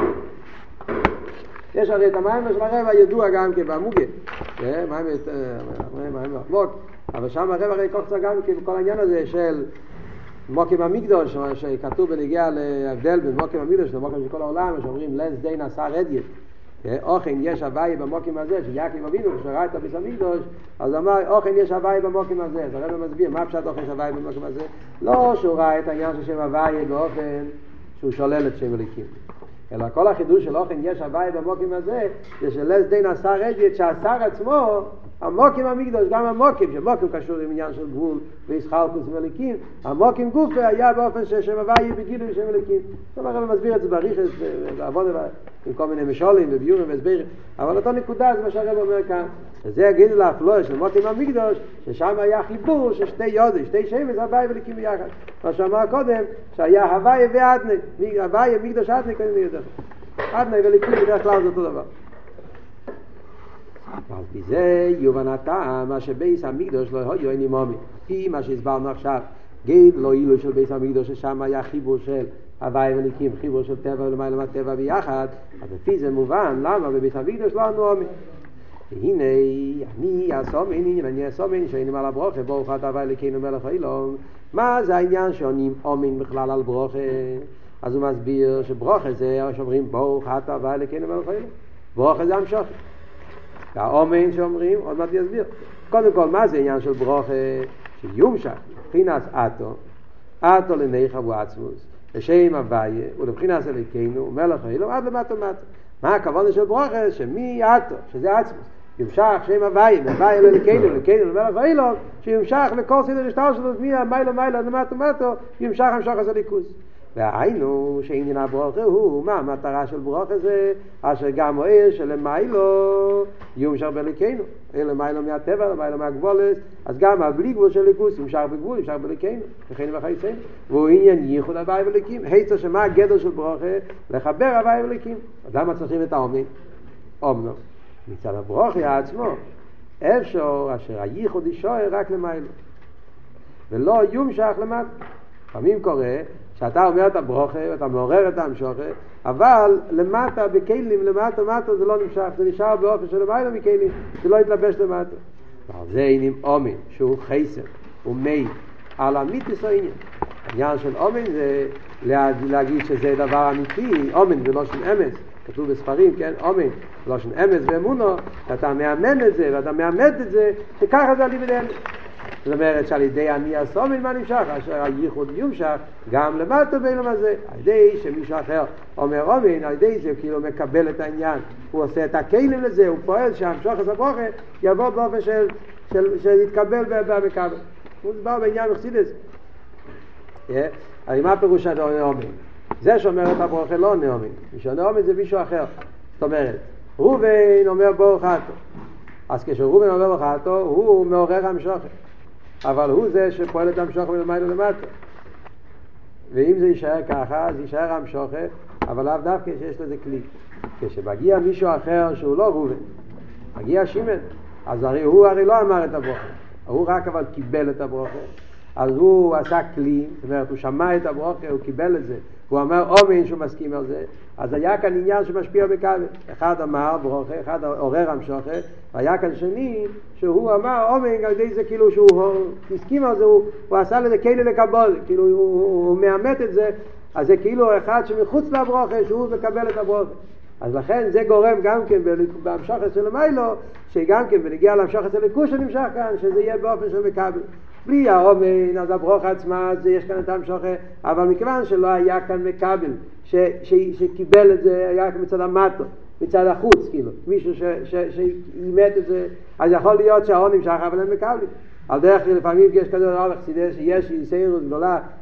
יש הרי את המים של הרב הידוע גם כבמוגה, מים לחמוק, אבל שם הרב הרי קוחצה גם בכל העניין הזה של מוקים המקדוש, שכתוב בנגיע להבדל בין מוקים המקדוש למוקים של כל העולם, שאומרים לנס די נסע רדיית, אוכן יש הוואי במוקים הזה, שיעקב אבינו כשראה את הביס המקדוש, אז אמר אוכן יש הוואי במוקים הזה. אז הרב מסביר מה פשט אוכן יש הוואי במוקים הזה, לא שהוא ראה את העניין של שם הוואי באופן שהוא שולל את שם הליקים, אלא כל החידוש של אוכן יש הוואי במוקים הזה זה שלס דין עשר רדיית, שהשר עצמו המוקים המקדוש, גם המוקים שמוקים קשור עם עניין של גבול וישחלקוס מליקים, המוקים גופה היה באופן ששם הוואי בגילו שם מליקים. זאת אומרת, הרב מסביר את זה בריחס לעבוד עם כל מיני משולים וביורים והסברים, אבל אותו נקודה זה מה שהרב אומר כאן, שזה יגיד להפלוש של מוקים המקדוש ששם היה חיבור של שתי יודי, שתי שמש הוואי וליקים ביחד, מה שאמר קודם שהיה הוואי ועדני, הוואי מקדוש עדני כאן יותר עדני וליקים בדרך כלל זה אותו דבר. אז בזה יובן הטעם מה שבייס המקדוש לא היו אין אימומי, כי מה שהסברנו עכשיו גיד לא אילו של בייס המקדוש ששם היה חיבור של הוואי וליקים, חיבור של טבע ולמעלה מהטבע ביחד, אז לפי זה מובן למה בבייס המקדוש לא הנועמי. והנה אני אסומני, אני אסומני שאינים על הברוכה ברוך אתה הוואי לקינו מלך העולם. מה זה העניין שעונים אומין בכלל על ברוכה? אז הוא מסביר שברוכה זה שאומרים ברוך אתה הוואי לקינו מלך העולם, ברוכה זה המשוך. והאומן שאומרים, עוד מעט יסביר. קודם כל, מה זה עניין של ברוכה? שיומשך, לבחינס אתו, אתו לניחא ועצמוס, לשם הוויה, ולבחינס אלוקינו, מלך העולם, עד למטה מטה. מה הכוונה של ברוכה? שמי אתו, שזה עצמוס. יומשך שם הוויה, מהוויה אלוקינו, אלוקינו למלך העולם, שיומשך לכל סדר השטר שלו, מיילה מיילה למטה מטה, יומשך המשוך הזה ליכוס. והיינו שעניין הברוכה הוא, מה המטרה של ברוכה זה? אשר גם מוער שלמיילו יומשך בליקנו, למיילו מהטבע, למיילו מהגבולת, אז גם הבלי גבול של ליכוס יומשך בגבול, יומשך בליקנו, וכן וחייסנו. והוא עניין ייחוד הוואי וליקים, היצר שמה הגדר של ברוכה? לחבר הוואי וליקים. אז למה צריכים את האומין? אומנו. מצד הברוכה עצמו, אפשר אשר הייחוד ישוער רק למיילו, ולא יומשך למטה. לפעמים קורה שאתה אומר את הברוכה ואתה מעורר את המשוכת, אבל למטה בכלים, למטה למטה זה לא נמשך, זה נשאר באופן של למעלה מכלים, זה לא יתלבש למטה. ועל זה עניין אומן שהוא חסר ומי על אמיתיס העניין. העניין של אומן זה להגיד שזה דבר אמיתי, אומן ולא של אמס, כתוב בספרים, כן, אומן ולא של אמס ואמונו, שאתה מאמן את זה ואתה מאמת את זה, שככה זה הלימוד אמס. זאת אומרת שעל ידי אני הסומן מה נמשך, אשר הייחוד יומשך גם למטה בינם הזה, על ידי שמישהו אחר אומר אומן, על ידי זה כאילו מקבל את העניין, הוא עושה את הכלים לזה, הוא פועל שהמשוך את הברוכה יבוא באופן של, של, של יתקבל במקבל. הוא דבר בעניין מחסידס. הרי מה פירוש שאומר אומן? זה שאומר את הברוכה לא אומר אומן, מי שאומר אומן זה מישהו אחר. זאת אומרת, ראובן אומר ברוך אתה, אז כשראובן אומר ברוך אתה הוא מעורר המשוכת, אבל הוא זה שפועל את המשוכת מלמעלה למטה. ואם זה יישאר ככה, אז יישאר המשוכת, אבל לאו דווקא שיש לזה כלי. כשמגיע מישהו אחר שהוא לא ראובן, מגיע שימן, אז הרי הוא הרי לא אמר את הברוכה, הוא רק אבל קיבל את הברוכה, אז הוא עשה כלי, זאת אומרת הוא שמע את הברוכה, הוא קיבל את זה, הוא אמר אומן שהוא מסכים על זה, אז היה כאן עניין שמשפיע בקבל, אחד אמר ברוכה, אחד עורר המשוכת, והיה כאן שני שהוא אמר אומן, על ידי זה כאילו שהוא הסכים על זה, הוא, הוא עשה לזה כאילו לקבל, כאילו הוא, הוא, הוא מאמת את זה, אז זה כאילו אחד שמחוץ לברוכה שהוא מקבל את הברוכה. אז לכן זה גורם גם כן בהמשוכת של מיילו, שגם כן בנגיע להמשוכת של ליכוס שנמשך כאן, שזה יהיה באופן של מקבל. בלי האומן, אז הברוכה עצמה, זה יש כאן את המשוכת, אבל מכיוון שלא היה כאן מקבל, ש, ש, שקיבל את זה, היה מצד המטו, מצד החוץ, כאילו, מישהו שאימת את זה, אז יכול להיות שהאון נמשך, אבל הם מקבלים. על דרך לפעמים יש כזה דבר בחסידות שיש סיירות גדולה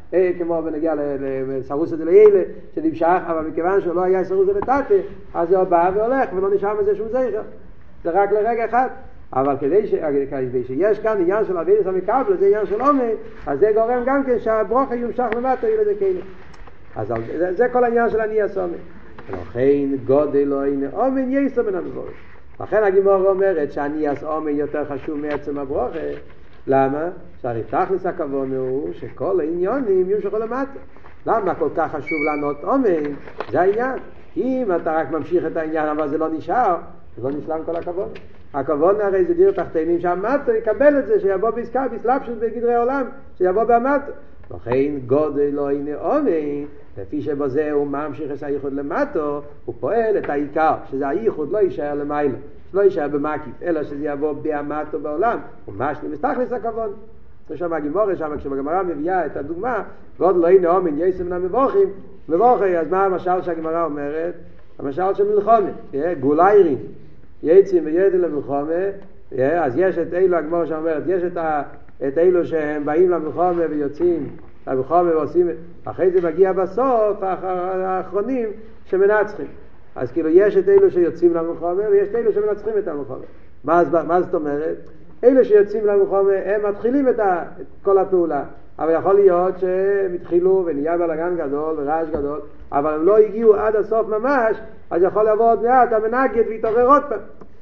אה, כמו בנגיע לסרוסא דליילה שנמשך, אבל מכיוון שהוא לא היה סרוסא דתתא, אז הוא בא והולך ולא נשאר מזה שום זכר, זה רק לרגע אחד. אבל כדי, ש... כדי שיש כאן עניין של אבידס המקבל, זה עניין של עומד, אז זה גורם גם כן שהברוכה יומשך למטה ילדי כאילו. אז זה, זה כל העניין של עני הסומד. לכן גודל לא הנה אומן יסו מן המבורך. לכן הגימור אומרת שעני הסומד יותר חשוב מעצם הברוכה. למה? שהרי תכלס הכוון הוא שכל העניונים יומשכו למטה. למה כל כך חשוב לענות אומן? זה העניין. אם אתה רק ממשיך את העניין אבל זה לא נשאר, זה לא נשלם כל הכוון. הכוון הרי זה דיר תחתינים שהמטו יקבל את זה, שיבוא בעסקה, בסלאפשות בגדרי העולם, שיבוא במטו. לכן גודל לא הנה אומן, לפי שבזה הוא ממשיך את הייחוד למטו, הוא פועל את העיקר, שזה הייחוד לא יישאר למיילו, לא יישאר במקיף, אלא שזה יבוא במטו בעולם, הוא משנה מסתכלס הכוון. זה שם הגימורה, שם כשבגמרא מביאה את הדוגמה, גודל לא הנה אומן יסו מן המבורכים, מבורכי, אז מה המשל שהגמרא אומרת? המשל של מלחמה, גוליירים. יצאים וידע למלחמה, אז יש את אילו, הגמרא שאומרת, יש את, ה, את אילו שהם באים למלחמה ויוצאים למלחמה ועושים, אחרי זה מגיע בסוף האחרונים שמנצחים. אז כאילו יש את אילו שיוצאים למלחמה ויש את אילו שמנצחים את המלחמה. מה, מה זאת אומרת? אילו שיוצאים למלחמה הם מתחילים את, ה, את כל הפעולה, אבל יכול להיות שהם התחילו ונהיה בלגן גדול ורעש גדול, אבל הם לא הגיעו עד הסוף ממש, אז יכול לבוא עוד מעט המנגד ויתעורר עוד פעם.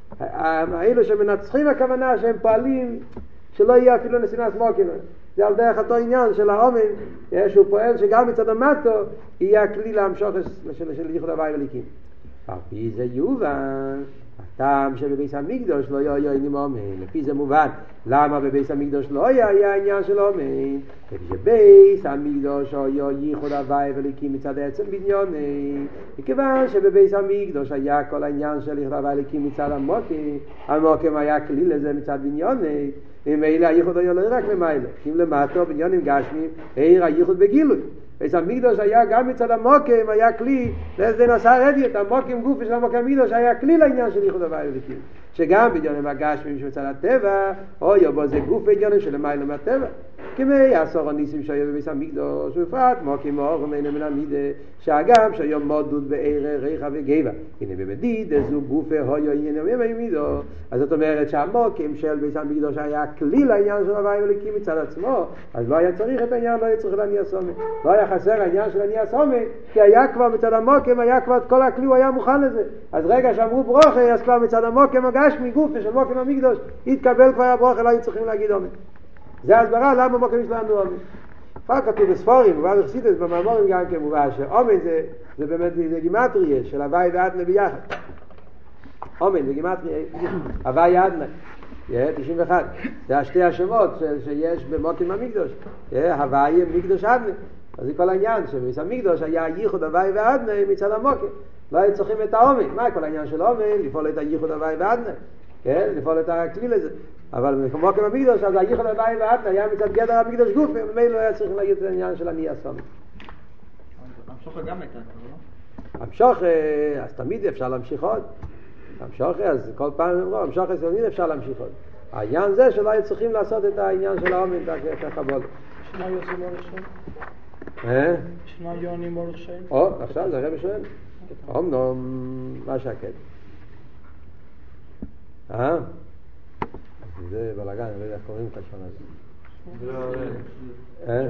האלו שמנצחים הכוונה שהם פועלים שלא יהיה אפילו נסינס מוקים. זה על דרך אותו עניין של האומן, שהוא פועל שגם מצד המטו יהיה הכלי להמשוך של ייחוד הוואי וליקים. על פי זה יובן הטעם שבביס המקדוש לא יהיה עניין אומן. לפי זה מובן למה בביס המקדוש לא היה עניין של אומן. לפי שביס המקדוש היה ייחוד הוואי וליקים מצד עצם בניוני, מכיוון שבביס המקדוש היה כל העניין של ייחוד הוואי וליקים מצד המוקים, המוקים היה כלי לזה מצד בניוני, ומילא הייחוד היה לא רק למעלה, אם למטו בניונים גשמים העיר הייחוד בגילוי. ביס המקדוש היה גם מצד המוקים, היה כלי לזה נסע רדיית, המוקים גוף של המוקים המקדוש היה כלי לעניין של ייחוד הוואי וליקים, שגם בניונים הגשמים שמצד הטבע או יבוא זה גוף בניונים של למעלה מהטבע, כמי עשור הניסים שהיו בביס המקדוש ובפרט מוקים אור ומנה מן המידה שהגם שהיום מודוד בערך ריחה וגבע, הנה במדיד זו גופה הויו עניינים מימידו. אז זאת אומרת שהמוקים של ביס המקדוש היה כלי לעניין של הוואי וליקים מצד עצמו, אז לא היה צריך את העניין, לא היה צריך לעני הסומי, לא היה חסר העניין של עני הסומי, כי היה כבר מצד המוקים, היה כבר כל הכלי, הוא היה מוכן לזה. אז רגע שאמרו ברוכה, אז כבר מצד המוקים הגשמי גופה של מוקים המקדוש התקבל כבר הברוכה, לא היו צריכים להגיד אומן. זה הסברה למה מוקים שלנו אומן. אחר כתוב בספורים, ובאז החסידות במאמרים גם כמובן, שאומן זה, זה באמת זה גימטריה של הוואי ואדנה ביחד. אומן זה גימטריה, הוואי ואדנה, תשעים ואחת. זה השתי השמות שיש במוקים המקדוש, הוואי מקדוש אדנה. אז זה כל העניין, שבביס המקדוש היה ייחוד הוואי ואדנה מצד המוקים. לא היו צריכים את האומן. מה כל העניין של אומן? לפעול את הייחוד הוואי ואדנה. לפעול את הכלי לזה. אבל במוקים המקדוש, אז הייחוד הוואי ואדנה היה מצד גדר המקדוש גוף, וממילא לא היה צריך להגיד את העניין של עני הסומי. המשוך גם הייתה, לא? המשוך, אז תמיד אפשר להמשיך עוד. המשוך, אז כל פעם אמרו, המשוך, אז תמיד אפשר להמשיך עוד. העניין זה שלא היו צריכים לעשות את העניין של האומן, את הקבול. שמה יוסי מורך שם? אה? שמה יוני מורך שם? או, עכשיו זה הרב שואל. אומנום, מה שהקד. אה? זה בלגן, אני לא יודע איך קוראים את השונה הזה. אה?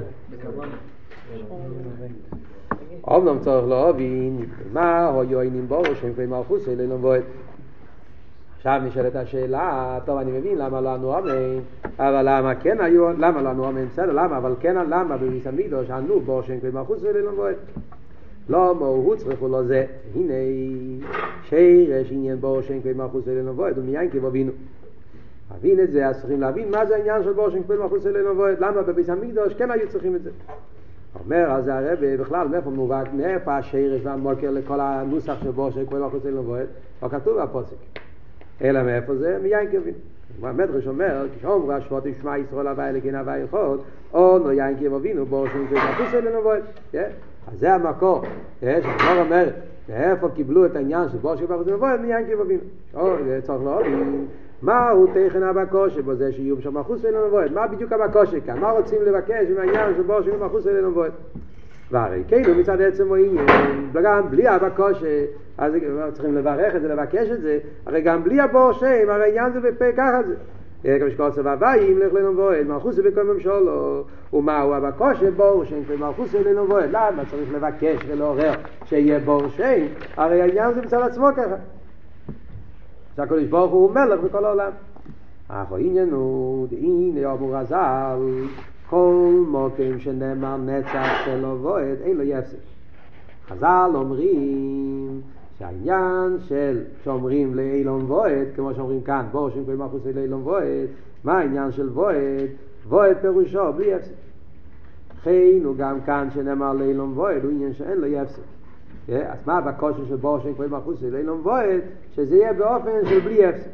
אומנם צורך לא אבין, מה הו יוינים בו, שהם כלי מלכוס, אלה לא בועד. עכשיו נשאלת השאלה, טוב אני מבין למה לא ענו אמן, אבל למה כן היו, למה לא ענו אמן, בסדר, למה, אבל כן, למה בביס המקדוש ענו בו, שהם כלי מלכוס, אלה לא בועד. לא הוא צריכו לו זה, הנה שירש עניין בו, שהם כלי מלכוס, אלה לא בועד, ומיין כי בבינו. להבין את זה, אז צריכים להבין מה זה העניין של בו שנקפל מחוץ אלינו ובועד, למה בביס המקדוש כן היו צריכים את זה. אומר, אז הרב בכלל מאיפה מובן, מאיפה השרש והמוקר לכל הנוסח של בו שנקפל מחוץ אלינו ובועד, לא כתוב בפוסק. אלא מאיפה זה? מיין כבין. המדרש אומר, כשאומרו השפוט ישמע ישראל הווי אלוקים הווי אחד, או נו יין כבבינו בו שנקפל מחוץ אלינו ובועד. אז זה המקור, שהגמרא אומרת, מאיפה קיבלו את העניין של בו שנקפל מחוץ אלינו ובועד, מיין כבבינו. או, זה צריך להבין. מהו תכן הבקושה בו זה שיהיו שם מחוץ אלינו מבועד? מה בדיוק הבקושה כאן? מה רוצים לבקש עם העניין של בו שיהיו מחוץ אלינו מבועד? והרי כאילו מצד עצם העניין, גם בלי הבקושה, אז צריכים לברך את זה, לבקש את זה, הרי גם בלי הבור שם, הרי העניין זה בפה ככה זה. כמו שקורס הבאים לך לנו מבועד, מלכוס בכל ממשלו, ומהו הבקושה בור שם, מלכוס אלינו מבועד? למה צריך לבקש ולעורר שיהיה בור שם? הרי העניין זה מצד עצמו ככה. שהקדוש ברוך הוא מלך בכל העולם. אך העניין הוא, הנה אמרו חז"ל, כל מוקם שנאמר נצח שלא בועד, אין לו יפסק. חז"ל אומרים שהעניין של שאומרים לאילון בועד, כמו שאומרים כאן, בור שם כל מחוץ לאילון בועד, מה העניין של בועד? בועד פירושו בלי יפסק. לכן הוא גם כאן שנאמר לאילון בועד, הוא עניין שאין לו יפסק. אז מה בקושי של בור שם כל מחוץ לאילון בועד? שזה יהיה באופן של בלי יפסק.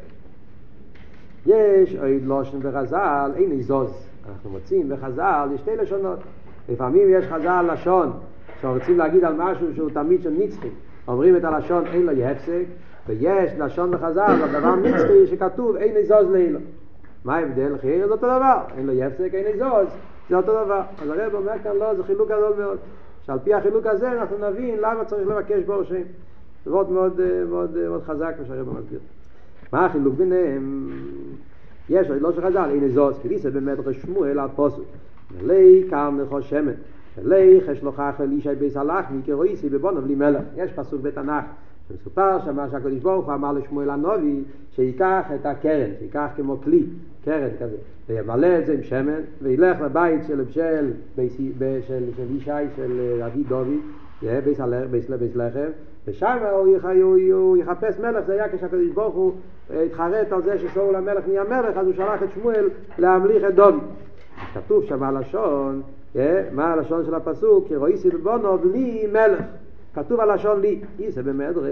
יש עוד לושן בחז"ל, אין איזוז. אנחנו מוצאים בחז"ל, יש שתי לשונות. לפעמים יש חז"ל לשון, שרוצים להגיד על משהו שהוא תמיד של נצחי. אומרים את הלשון אין לו יפסק, ויש לשון בחז"ל, הדבר נצחי שכתוב אין איזוז לאילו. מה ההבדל? חייר זה אותו דבר. אין לו יפסק, אין איזוז, זה אותו דבר. אז הרב אומר כאן לא, זה חילוק גדול מאוד. שעל פי החילוק הזה אנחנו נבין למה צריך לבקש בור שם. זה מאוד מאוד, מאוד, מאוד חזק מה שהרב מסביר. מה החילוק ביניהם? יש לא שחז"ל, הנה זאת, כי זה באמת רשמואל על פסוק. מלא קרן לכו שמן, מלא חשלוחך אל ישי בית הלחמי, כרואיסי בבונו בלי מלך. יש פסוק בתנ"ך, שמסופר שמה שהקדוש ברוך הוא אמר לשמואל הנביא, שיקח את הקרן, שיקח כמו כלי, קרן כזה, וימלא את זה עם שמן, וילך לבית של של, של, של ישי, של רבי דוד, בית לחם, ושם הוא יחפש מלך. זה היה כשהקדוש ברוך הוא התחרט על זה ששאול המלך נהיה מלך, אז הוא שלח את שמואל להמליך את דוד. כתוב שם הלשון, מה הלשון של הפסוק? כי רואיסי בבונו בלי מלך. כתוב הלשון לי, איזה במדרש,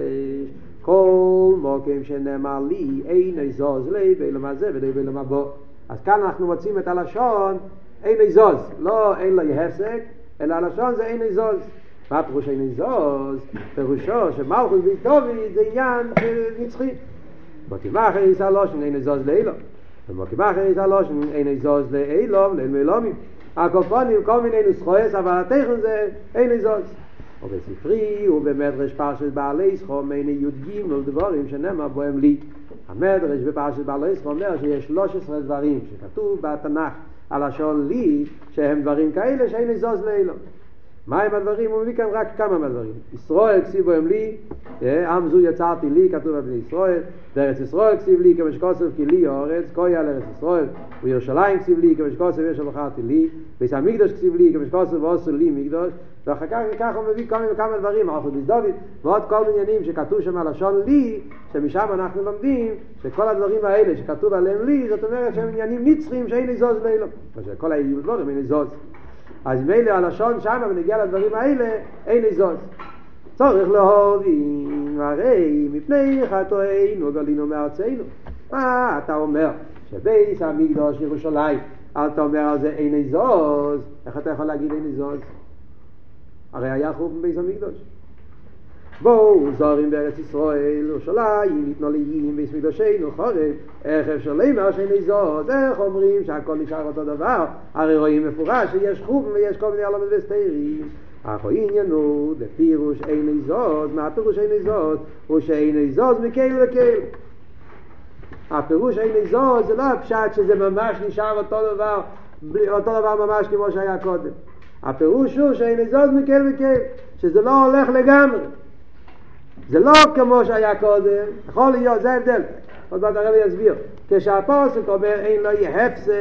כל מוקם שנאמר לי אין איזוז לי באילום הזה ודי באילום הבא. אז כאן אנחנו מוצאים את הלשון אין איזוז, לא אין לו יפסק, אלא הלשון זה אין איזוז. מה פירוש אין איזוז? פירושו שמלכות בית דוד זה עניין נצחי. מוקימה אחרי יש הלושן אין איזוז לאילום, ומוקימה אחרי יש הלושן אין איזוז לאילום, לאילום אילומים. הקופונים כל מיני נוסחויות, אבל התכן זה אין איזוז. ובספרי ובמדרש פרשת בעלי סכום מיני י"ג דברים שנאמר בהם לי. המדרש בפרשת בעלי סכום אומר שיש שלושה עשר דברים שכתוב בתנ"ך על השון לי, שהם דברים כאלה שאין איזוז לאילום. מה הם הדברים? הוא מביא כאן רק כמה מהדברים. ישראל כסיב בהם לי, עם זו יצרתי לי, כתוב בבני ישראל. בארץ ישראל כסיב לי, כמו שכוסף כי לי אורץ, כוי על ארץ ישראל. וירושלים כסיב לי, כמו שכוסף יש ובחרתי לי. בית המקדוש כסיב לי, כמו שכוסף ועשו לי מקדוש. ואחר כך, כך הוא מביא כמה וכמה דברים, מלכות בית דוד, ועוד כל עניינים שכתוב שם על לשון לי, שמשם אנחנו לומדים שכל הדברים האלה שכתוב עליהם לי, זאת אומרת שהם עניינים נצחיים שאין איזוז לאילום. כל הדברים אין איזוז. אז מילא הלשון שם ונגיע לדברים האלה אין איזוז. צורך להובין, הרי מפני חטאינו גלינו מארצנו. מה אתה אומר? שבית המקדוש ירושלים, אתה אומר על זה אין איזוז. איך אתה יכול להגיד אין איזוז? הרי היה חורבן בית המקדוש. בואו זורים בארץ ישראל, ירושלים, מתנוליים בית מקדושנו חורב. איך אפשר לומר שאין איזוז? איך אומרים שהכל נשאר אותו דבר? הרי רואים מפורש שיש חורבן ויש כל מיני עולמות וסתירים. אך העניין הוא בפירוש אין איזוז. מה הפירוש אין איזוז? הוא שאין איזוז מקל וקל. הפירוש אין איזוז זה לא הפשט שזה ממש נשאר אותו דבר, אותו דבר ממש כמו שהיה קודם. הפירוש הוא שאין איזוז מקל וקל, שזה לא הולך לגמרי. זה לא כמו שהיה קודם, יכול להיות, זה ההבדל. עוד מעט הרב יסביר. כשהפוסק אומר אין לו יפסק,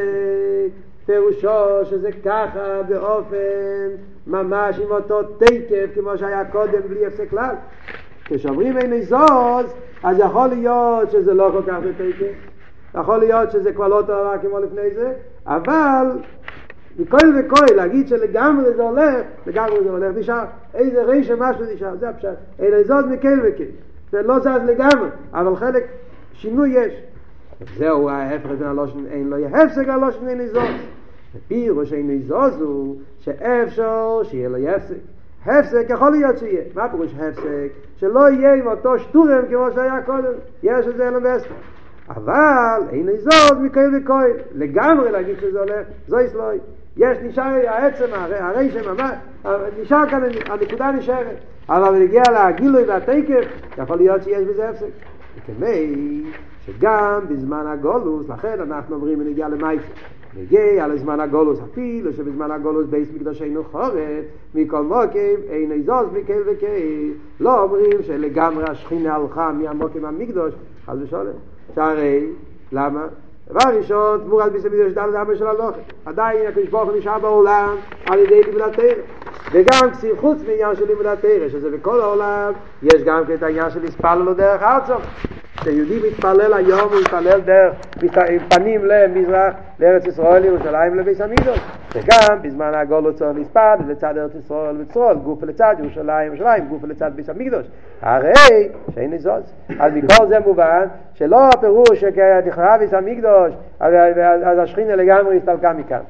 פירושו שזה ככה באופן ממש עם אותו תקף כמו שהיה קודם בלי הפסק כלל. כשאומרים אין איזוז, אז יכול להיות שזה לא כל כך בתקף, יכול להיות שזה כבר לא דבר כמו לפני זה, אבל מכל וכל להגיד שלגמרי זה הולך, לגמרי זה הולך, נשאר איזה רישה משהו נשאר, זה הפשט. אין איזוז מכל וכל, זה לא זז לגמרי, אבל חלק שינוי יש. זהו ההפך בין הלושן אין לו יפסק, הלושן אין איזוז. הפירוש אין איזוז הוא שאפשר שיהיה לו יפסק. הפסק יכול להיות שיהיה. מה פירוש הפסק? שלא יהיה עם אותו שטורם כמו שהיה קודם. יש את זה אלו בעסק. אבל אין איזוז מכהל וכהל. לגמרי להגיד שזה הולך, זו יסלוי. יש נשאר העצם, הרי שממש, נשאר כאן, הנקודה נשארת. אבל נגיע לגילוי והתקף, יכול להיות שיש בזה הפסק. וכמי שגם בזמן הגולוס, לכן אנחנו אומרים ונגיע למייסר. נגיע לזמן הגולוס, אפילו שבזמן הגולוס בייס מקדושנו חורת, מכל מוקים אין איזוז מכהל וכהל. לא אומרים שלגמרי השכינה הלכה מהמוקים המקדוש, חס ושלום. שהרי, למה? דבר ראשון, תמורת ביס המקדוש דל דמה של הלוכה. עדיין הקדוש ברוך הוא נשאר בעולם על ידי לימוד התורה. וגם כסיל חוץ מעניין של לימוד התורה, שזה בכל העולם, יש גם את העניין של הספללו דרך ארצו. כשיהודי מתפלל היום, הוא מתפלל דרך פנים למזרח, לארץ ישראל, ירושלים, לביס המקדוש. וגם בזמן הגולוס צריך לספל לצד ארץ ישראל וצרול, גוף לצד ירושלים, ירושלים, גוף לצד ביס המקדוש. הרי שאין לזוז. אז מכל זה מובן שלא הפירוש שנחרב ביס המקדוש, אז השכינה לגמרי הסתלקה מכאן.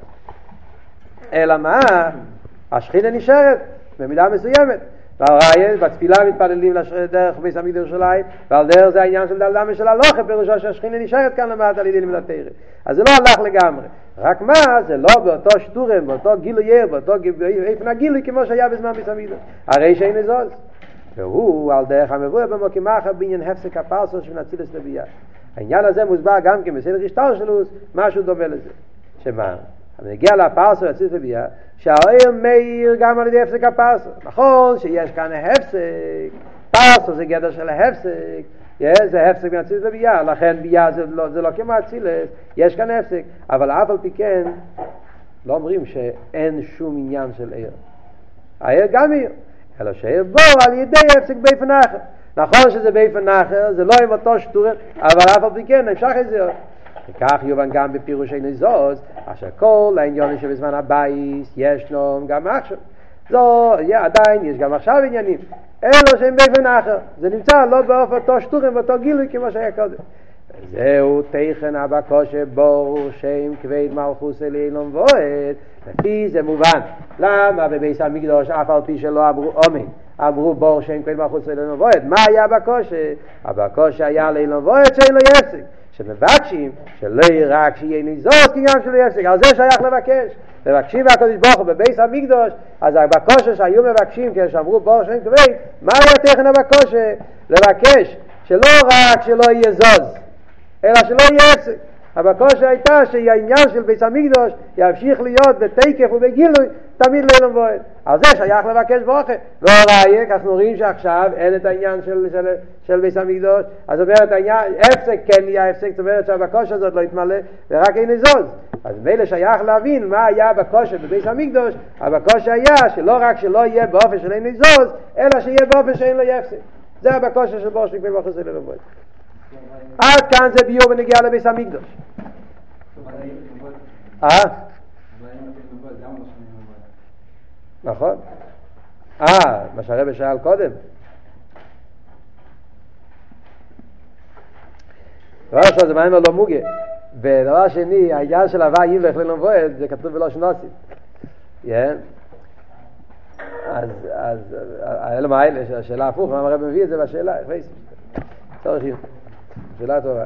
אלא מה? השכינה נשארת במידה מסוימת. והראיה, בתפילה מתפללים דרך ביס המקדוש ירושלים, ועל דרך זה העניין של דל דמה של הלוכה, פירושו שהשכינה נשארת כאן למטה על ידי לימוד התורה. אז זה לא הלך לגמרי. רק מה? זה לא באותו שטורם, באותו גילוי, באותו איפן הגילוי כמו שהיה בזמן ביס המקדוש. הרי שאין לזוז. והוא על דרך המבואר במוקים אחר בעניין הפסק הפרסוס ונצילס לביאה. העניין הזה מוסבר גם כן בסדר השטר שלו, משהו דומה לזה. שמה? אבל נגיע לפרסוס ונצילס לביאה, שהאור מאיר גם על ידי הפסק הפרסוס. נכון שיש כאן הפסק, פרסוס זה גדר של ההפסק, זה הפסק ונצילס לביאה, לכן ביאה זה לא, זה לא כמו הצילס, יש כאן הפסק, אבל אף על פי כן, לא אומרים שאין שום עניין של עיר. העיר גם עיר. אלא שעיר בו על ידי הפסק באופן אחר. נכון שזה באופן אחר, זה לא עם אותו שטורם, אבל אף על פי כן נמשך את זה. וכך יובן גם בפירוש אין לזוז, אשר כל העניונים שבזמן הבייס ישנם גם עכשיו. זו, עדיין יש גם עכשיו עניינים. אלו שהם באופן אחר. זה נמצא לא באופן אותו שטורם ואותו גילוי כמו שהיה קודם. זהו תכן הבקושה בור שם כבד מלכוס אילון ועד. לפי זה מובן. למה בביס המקדוש אף על פי שלא אמרו אומן, אמרו בור שם כבד מלכוס אילון ועד? מה היה בקושה? הבקושה היה לאילון ועד שאין לו יפסק. שמבקשים שלא רק שיהיה ניזוז כגם שלו יפסק. על זה שייך לבקש. מבקשים מהקדוש ברוך הוא בביס המקדוש, אז הבקושה שהיו מבקשים כשאמרו בור שם כבד, מה היה תכן הבקושה? לבקש שלא רק שלא יהיה זוז, אלא שלא יהיה הפסק. הבקושה הייתה שהעניין של ביס המקדוש ימשיך להיות בתקף ובגילוי תמיד לאילון ועד. על זה שייך לבקש ברכה. לא ראייה, כך רואים שעכשיו אין את העניין של, של, של ביס המקדוש. אז אומרת העניין, הפסק כן יהיה הפסק, זאת אומרת שהבקושה הזאת לא יתמלא ורק אין לזוז. אז מילא שייך להבין מה היה הבקושה בביס המקדוש. הבקושה היה שלא רק שלא יהיה באופן של אין לזוז, אלא שיהיה באופן שאין לו הפסק. זה הבקושה של בור שם כבד מלכוס אילון ועד. עד כאן זה ביור ונגיע לביס המקדוש. אה? נכון. אה, מה שהרבא שאל קודם. דבר ראשון זה מעניין לא מוגה. ודבר שני, העניין של הווה ילך לילון ועד, זה כתוב בלושן נוסי. אז, אז, היה לו מעיל, השאלה הפוך, מה הרבא מביא את זה בשאלה? צורך יום. שאלה טובה.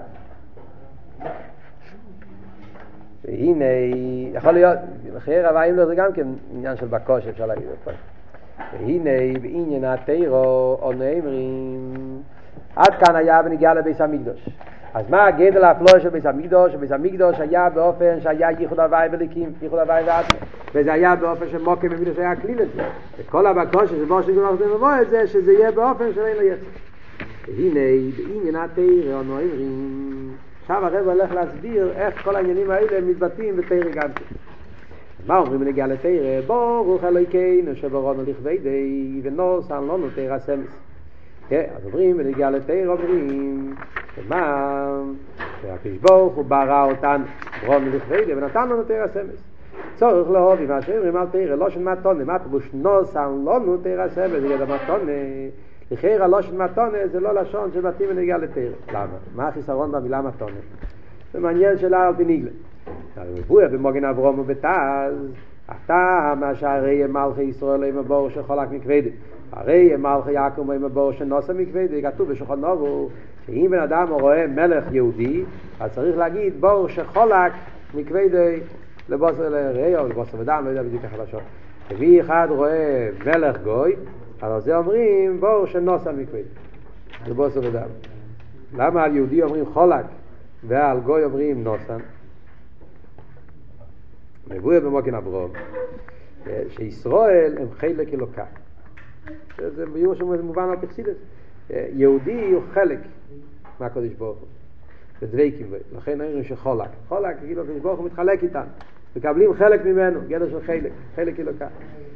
והנה, יכול להיות, בחייר הוואים לו זה גם כן עניין של בקוש, אפשר להגיד את זה. והנה, בעניין התירו, או נאמרים, עד כאן היה ונגיע לביס המקדוש. אז מה הגדל האפלוי של ביס המקדוש? ביס המקדוש היה באופן שהיה ייחוד הוואי וליקים, ייחוד הוואי ועצמי. וזה היה באופן שמוקם במקדוש היה כליל את זה. וכל הבקוש שבו שגול אנחנו נבוא את זה, שזה יהיה באופן שאין לו יצא. והנה, בעניין התירו, או נאמרים, עכשיו הרב הולך להסביר איך כל העניינים האלה מתבטאים בתורה גם כן. מה אומרים בנגיעה לתורה? ברוך אלוהינו שבראנו לכבדי ונוסן לנו תורה סמס. אז אומרים בנגיעה לתורה, אומרים שמה? שהקדוש ברוך הוא ברא אותנו בראנו לכבדי ונתן לנו תורה סמס. צורך לאהוב עם שאומרים על תורה לא של מתונה. מה פירוש נוסן לנו תורה סמס? זה ידע מתונה. לכן הלושן מתונה זה לא לשון שמתאים ונגיע לתורה. למה? מה החיסרון במילה מתונה? זה מעניין שלה על פי ניגלה. הרבויה במוגן אברום ובתז, אתה מה שהרי מלכי ישראל עם הבור שחולק מכבד. הרי מלכי יעקב עם הבור שנוסה מכבדי, כתוב בשולחן ערוך שאם בן אדם רואה מלך יהודי, אז צריך להגיד בור שחולק מכבדי לבוסר לרעי או לבוסר ודם, לא יודע בדיוק איך הלשון. ומי אחד רואה מלך גוי, על זה אומרים בור שנוסה מכבדי לבוסר ודם. למה על יהודי אומרים חולק ועל גוי אומרים נוסה? מבואר במוקין אברהם שישראל הם חלק אלוקה. זה ביור שמובן על פרסידס. יהודי הוא חלק מהקדוש ברוך הוא. ודבקים בו. לכן אומרים שחולק. חולק, כאילו הקדוש ברוך הוא מתחלק איתם. מקבלים חלק ממנו, גדר של חלק. חלק אלוקה.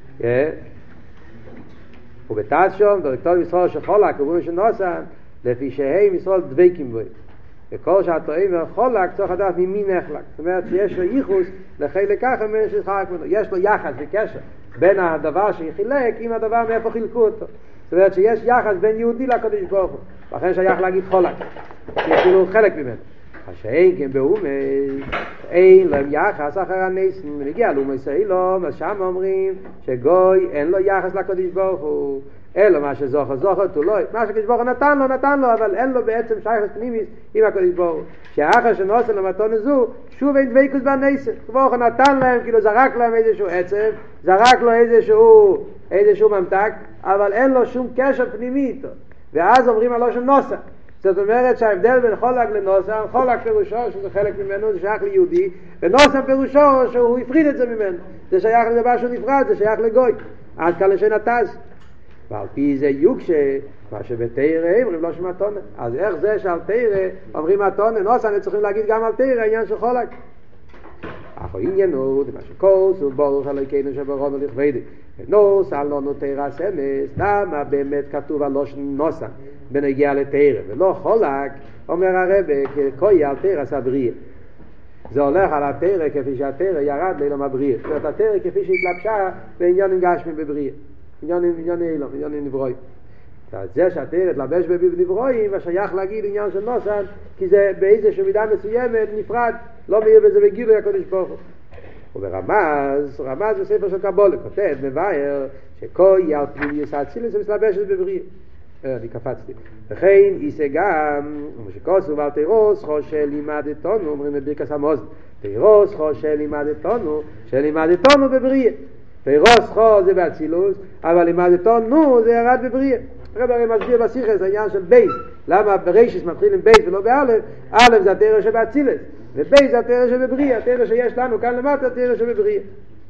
ובתת שום, דורקטור ישראל שחולק, אומרים שנוסן, לפי שהם ישראל דבקים בו. וכל שהתואם והחולק צריך לדעת ממי נחלק. זאת אומרת שיש לו ייחוס לחלק ככה ממנו שחלק ממנו. יש לו יחס וקשר בין הדבר שחילק עם הדבר מאיפה חילקו אותו. זאת אומרת שיש יחס בין יהודי לקדוש ברוך הוא. לכן שייך להגיד חולק. כאילו חלק ממנו. שאין כן באומץ, אין להם יחס אחר הניסים. מגיע לאומץ אילום, אז שם אומרים שגוי אין לו יחס לקדוש ברוך הוא. אלא מה שזוכר זוכר תולוי, מה שקדוש ברוך הוא נתן לו נתן לו, אבל אין לו בעצם שייכות פנימית עם הקדוש ברוך הוא. שאחר שנוסן למתון הזו שוב אין דבקות בניסים. ברוך הוא נתן להם, כאילו זרק להם איזשהו עצב, זרק לו איזשהו איזשהו ממתק, אבל אין לו שום קשר פנימי איתו. ואז אומרים עלו של נוסן. זאת אומרת שההבדל בין חולק לנוסן, חולק פירושו שזה חלק ממנו, זה שייך ליהודי, ונוסן פירושו שהוא הפריד את זה ממנו, זה שייך לדבר שהוא נפרד, זה שייך לגוי, עד כאן לשן התז. ועל פי זה יוקשה, מה שבתירה אומרים לא שמתונה. אז איך זה שעל תירה אומרים מתונה, נוסן צריכים להגיד גם על תירה העניין של חולק. אך העניין הוא, זה מה שכוס וברוך אלוהינו שבראנו לכבדי. ונוסן לא נותרה סמס, למה באמת כתוב על לא נוסן בנגיע לתירה, ולא חולק, אומר הרבה, ככוי על תירה סבריה. זה הולך על התירה כפי שהתירה ירד לאילום הבריא. זאת אומרת, התירה כפי שהתלבשה בעניינים גשמים בבריא. עניין עניין אילם, עניין נברואים. זה שהתירה תלבש בנברואים, ושייך להגיד עניין של נוסן, כי זה באיזושהי מידה מסוימת נפרד, לא מאיר בזה בגילוי הקדוש ברוך הוא. וברמז, רמז בספר של קבולה, כותב, מבאר, שכוי על פנימיוס האצילוס ומתלבשת בבריא. אני קפצתי. וכן יישא גם, כמו שכוסו ועל תירוס, חושה לימדתנו, אומרים בברכת המזמור, תירוס חושה לימדתנו, שלימדתנו בבריא. תירוס חו זה באצילוס, אבל לימדתנו זה ירד בבריא. הרב הרי מסביר בשיחה, זה העניין של בייס. למה ברישס מתחיל עם בייס ולא באלף? אלף זה התירה שבאצילוס, ובייס זה התירה שבבריא. התירה שיש לנו כאן למטה, התירה שבבריא.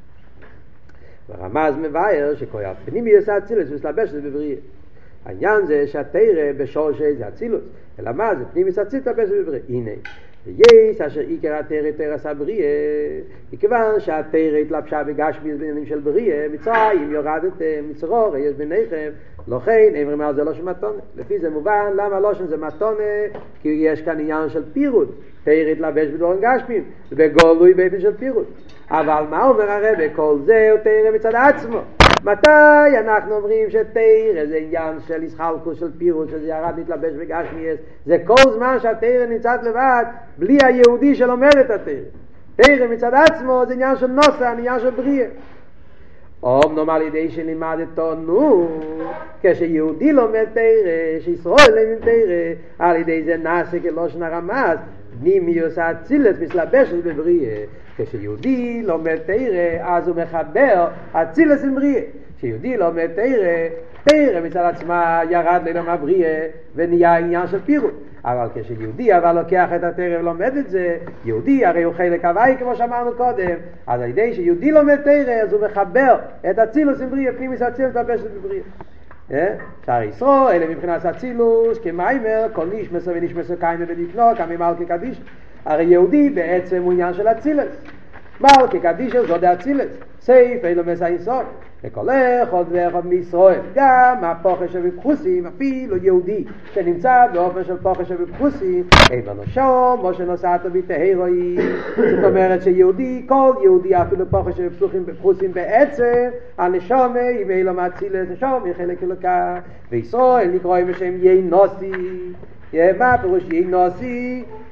ורמז מבאר שכל הפנימיוס האצילוס מתלבשת בבריא. העניין זה שהתירה בשורש זה אצילוס, אלא מה זה פנימיוס אצילוס מתלבשת בבריא. הנה, ויש אשר עיקר התירה תירה סבריה, מכיוון שהתירה התלבשה בגשמי בעניינים של בריה, מצרים יורדת מצרור, יש ביניכם, לכן אומרים על זה לא שמתונה. לפי זה מובן למה לא שזה מתונה, כי יש כאן עניין של פירוט. תירה התלבש בדברים גשמים, בגולוי באופן של פירוט. אבל מה אומר הרב? כל זה הוא תירה מצד עצמו. מתי אנחנו אומרים שתירה זה עניין של ישחלקוס של פירוט, שזה ירד מתלבש בגשמי, זה כל זמן שהתירה נמצאת לבד בלי היהודי שלומד את התירה. תירה מצד עצמו זה עניין של נוסן, עניין של בריא. אומנם על ידי שלימדתנו, כשיהודי לומד תירה, שישראל לומד תירה, על ידי זה נעשה כלושן הרמז, פנימיוס האצילוס מתלבשת בבריא. כשיהודי לומד תירה, אז הוא מחבר אצילוס עם בריא. כשיהודי לומד תירה, תירה מצד עצמה ירד לאילום הבריא ונהיה עניין של פירוט. אבל כשיהודי אבל לוקח את התירה ולומד את זה, יהודי הרי הוא חלק הוואי כמו שאמרנו קודם, אז על ידי שיהודי לומד תירה, אז הוא מחבר את אצילוס עם בריא, פנימיוס אצילוס מתלבשת בבריא. שער ישראל, אלה מבחינת אצילוס, כמיימר, כל נשמסו ונשמסו קיימה ונקנו, כמי מלכי קדיש. הרי יהודי בעצם הוא עניין של אצילוס. מלכי קדיש זו דה אצילוס. סייף אילו מסעים סוף. וכל אחד ואחד מישראל. גם הפוכה שבפחוסים, אפילו יהודי שנמצא באופן של פוכה שבפחוסים, אין לנו שום, כמו שנוסעתו בתהירוי. זאת אומרת שיהודי, כל יהודי, אפילו פוכה שבפחוסים בעצם, הנשומי, אם אילו מאצילוס, נשומי חלק אלוקה. וישראל נקראים בשם יינוסי. מה פירוש יינוסי?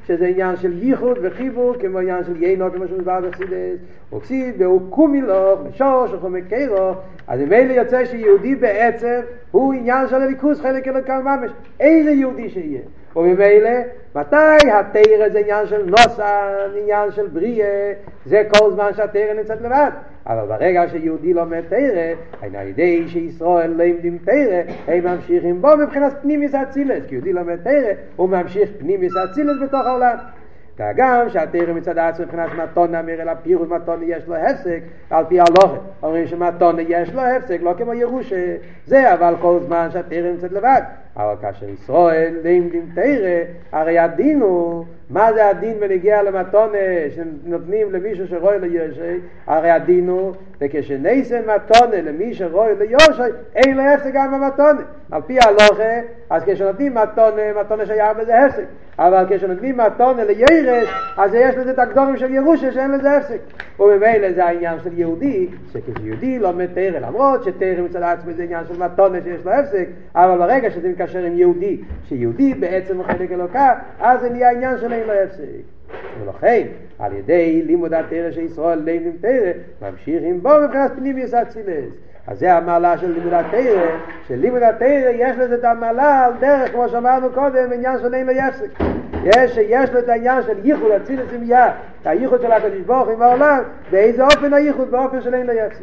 שזה עניין של ייחוד וחיבור, כמו עניין של יינו, כמו שמוסבר בחסידות, וכסיד והוא קומילוך, משורש וחומקרו, אז ממילא יוצא שיהודי בעצם הוא עניין של הליכוז, חלק אלוקם ממש, איזה יהודי שיהיה. וממילא, מתי התורה זה עניין של נוסן, עניין של בריאה, זה כל זמן שהתורה נמצאת לבד. אבל ברגע שיהודי לומד תורה, על ידי שישראל לומדים תורה, הם ממשיכים בו מבחינת פנימיס אצילס, כי יהודי לומד תורה, הוא ממשיך פנימיס אצילס בתוך העולם. גם שהתורה מצד עצמו מבחינת מתונה, מראה לפירוש מתונה יש לו הפסק, על פי הלוכה. אומרים שמתונה יש לו הפסק, לא כמו ירושה. זה אבל כל זמן שהתורה נמצאת לבד. אבל כאשר ישראל לומדים תורה, הרי הדין הוא, מה זה הדין בנגיע למתונה שנותנים למישהו שרואה ליושי? הרי הדין הוא, וכשניסן מתונה למי שרואה ליושי, אין לו הפסק גם במתונה. על פי הלוכה, אז כשנותנים מתונה, מתונה שייך בזה הפסק. אבל כשנותנים מתונה לירש, אז יש לזה את הקדומים של ירושה שאין לזה הפסק. ובמילא זה העניין של יהודי, שכשיהודי לומד תורה, למרות שתורה מצד עצמו זה עניין של מתונה שיש לו הפסק, אבל ברגע שזה מתקשר עם יהודי, שיהודי בעצם הוא חלק אלוקה, אז זה נהיה העניין של אין לו הפסק. ולכן, על ידי לימוד התורה שישראל לומדים תורה, ממשיכים בו מבחינת פנימיוס אצילס. אז זה המעלה של לימוד התורה, שלימוד התורה יש לזה את המעלה על דרך, כמו שאמרנו קודם, עניין של אין לו הפסק. יש שיש לו את העניין של ייחוד אצילס עם יד, את הייחוד של הקדוש ברוך הוא עם העולם, באיזה אופן הייחוד? באופן של אין לו הפסק.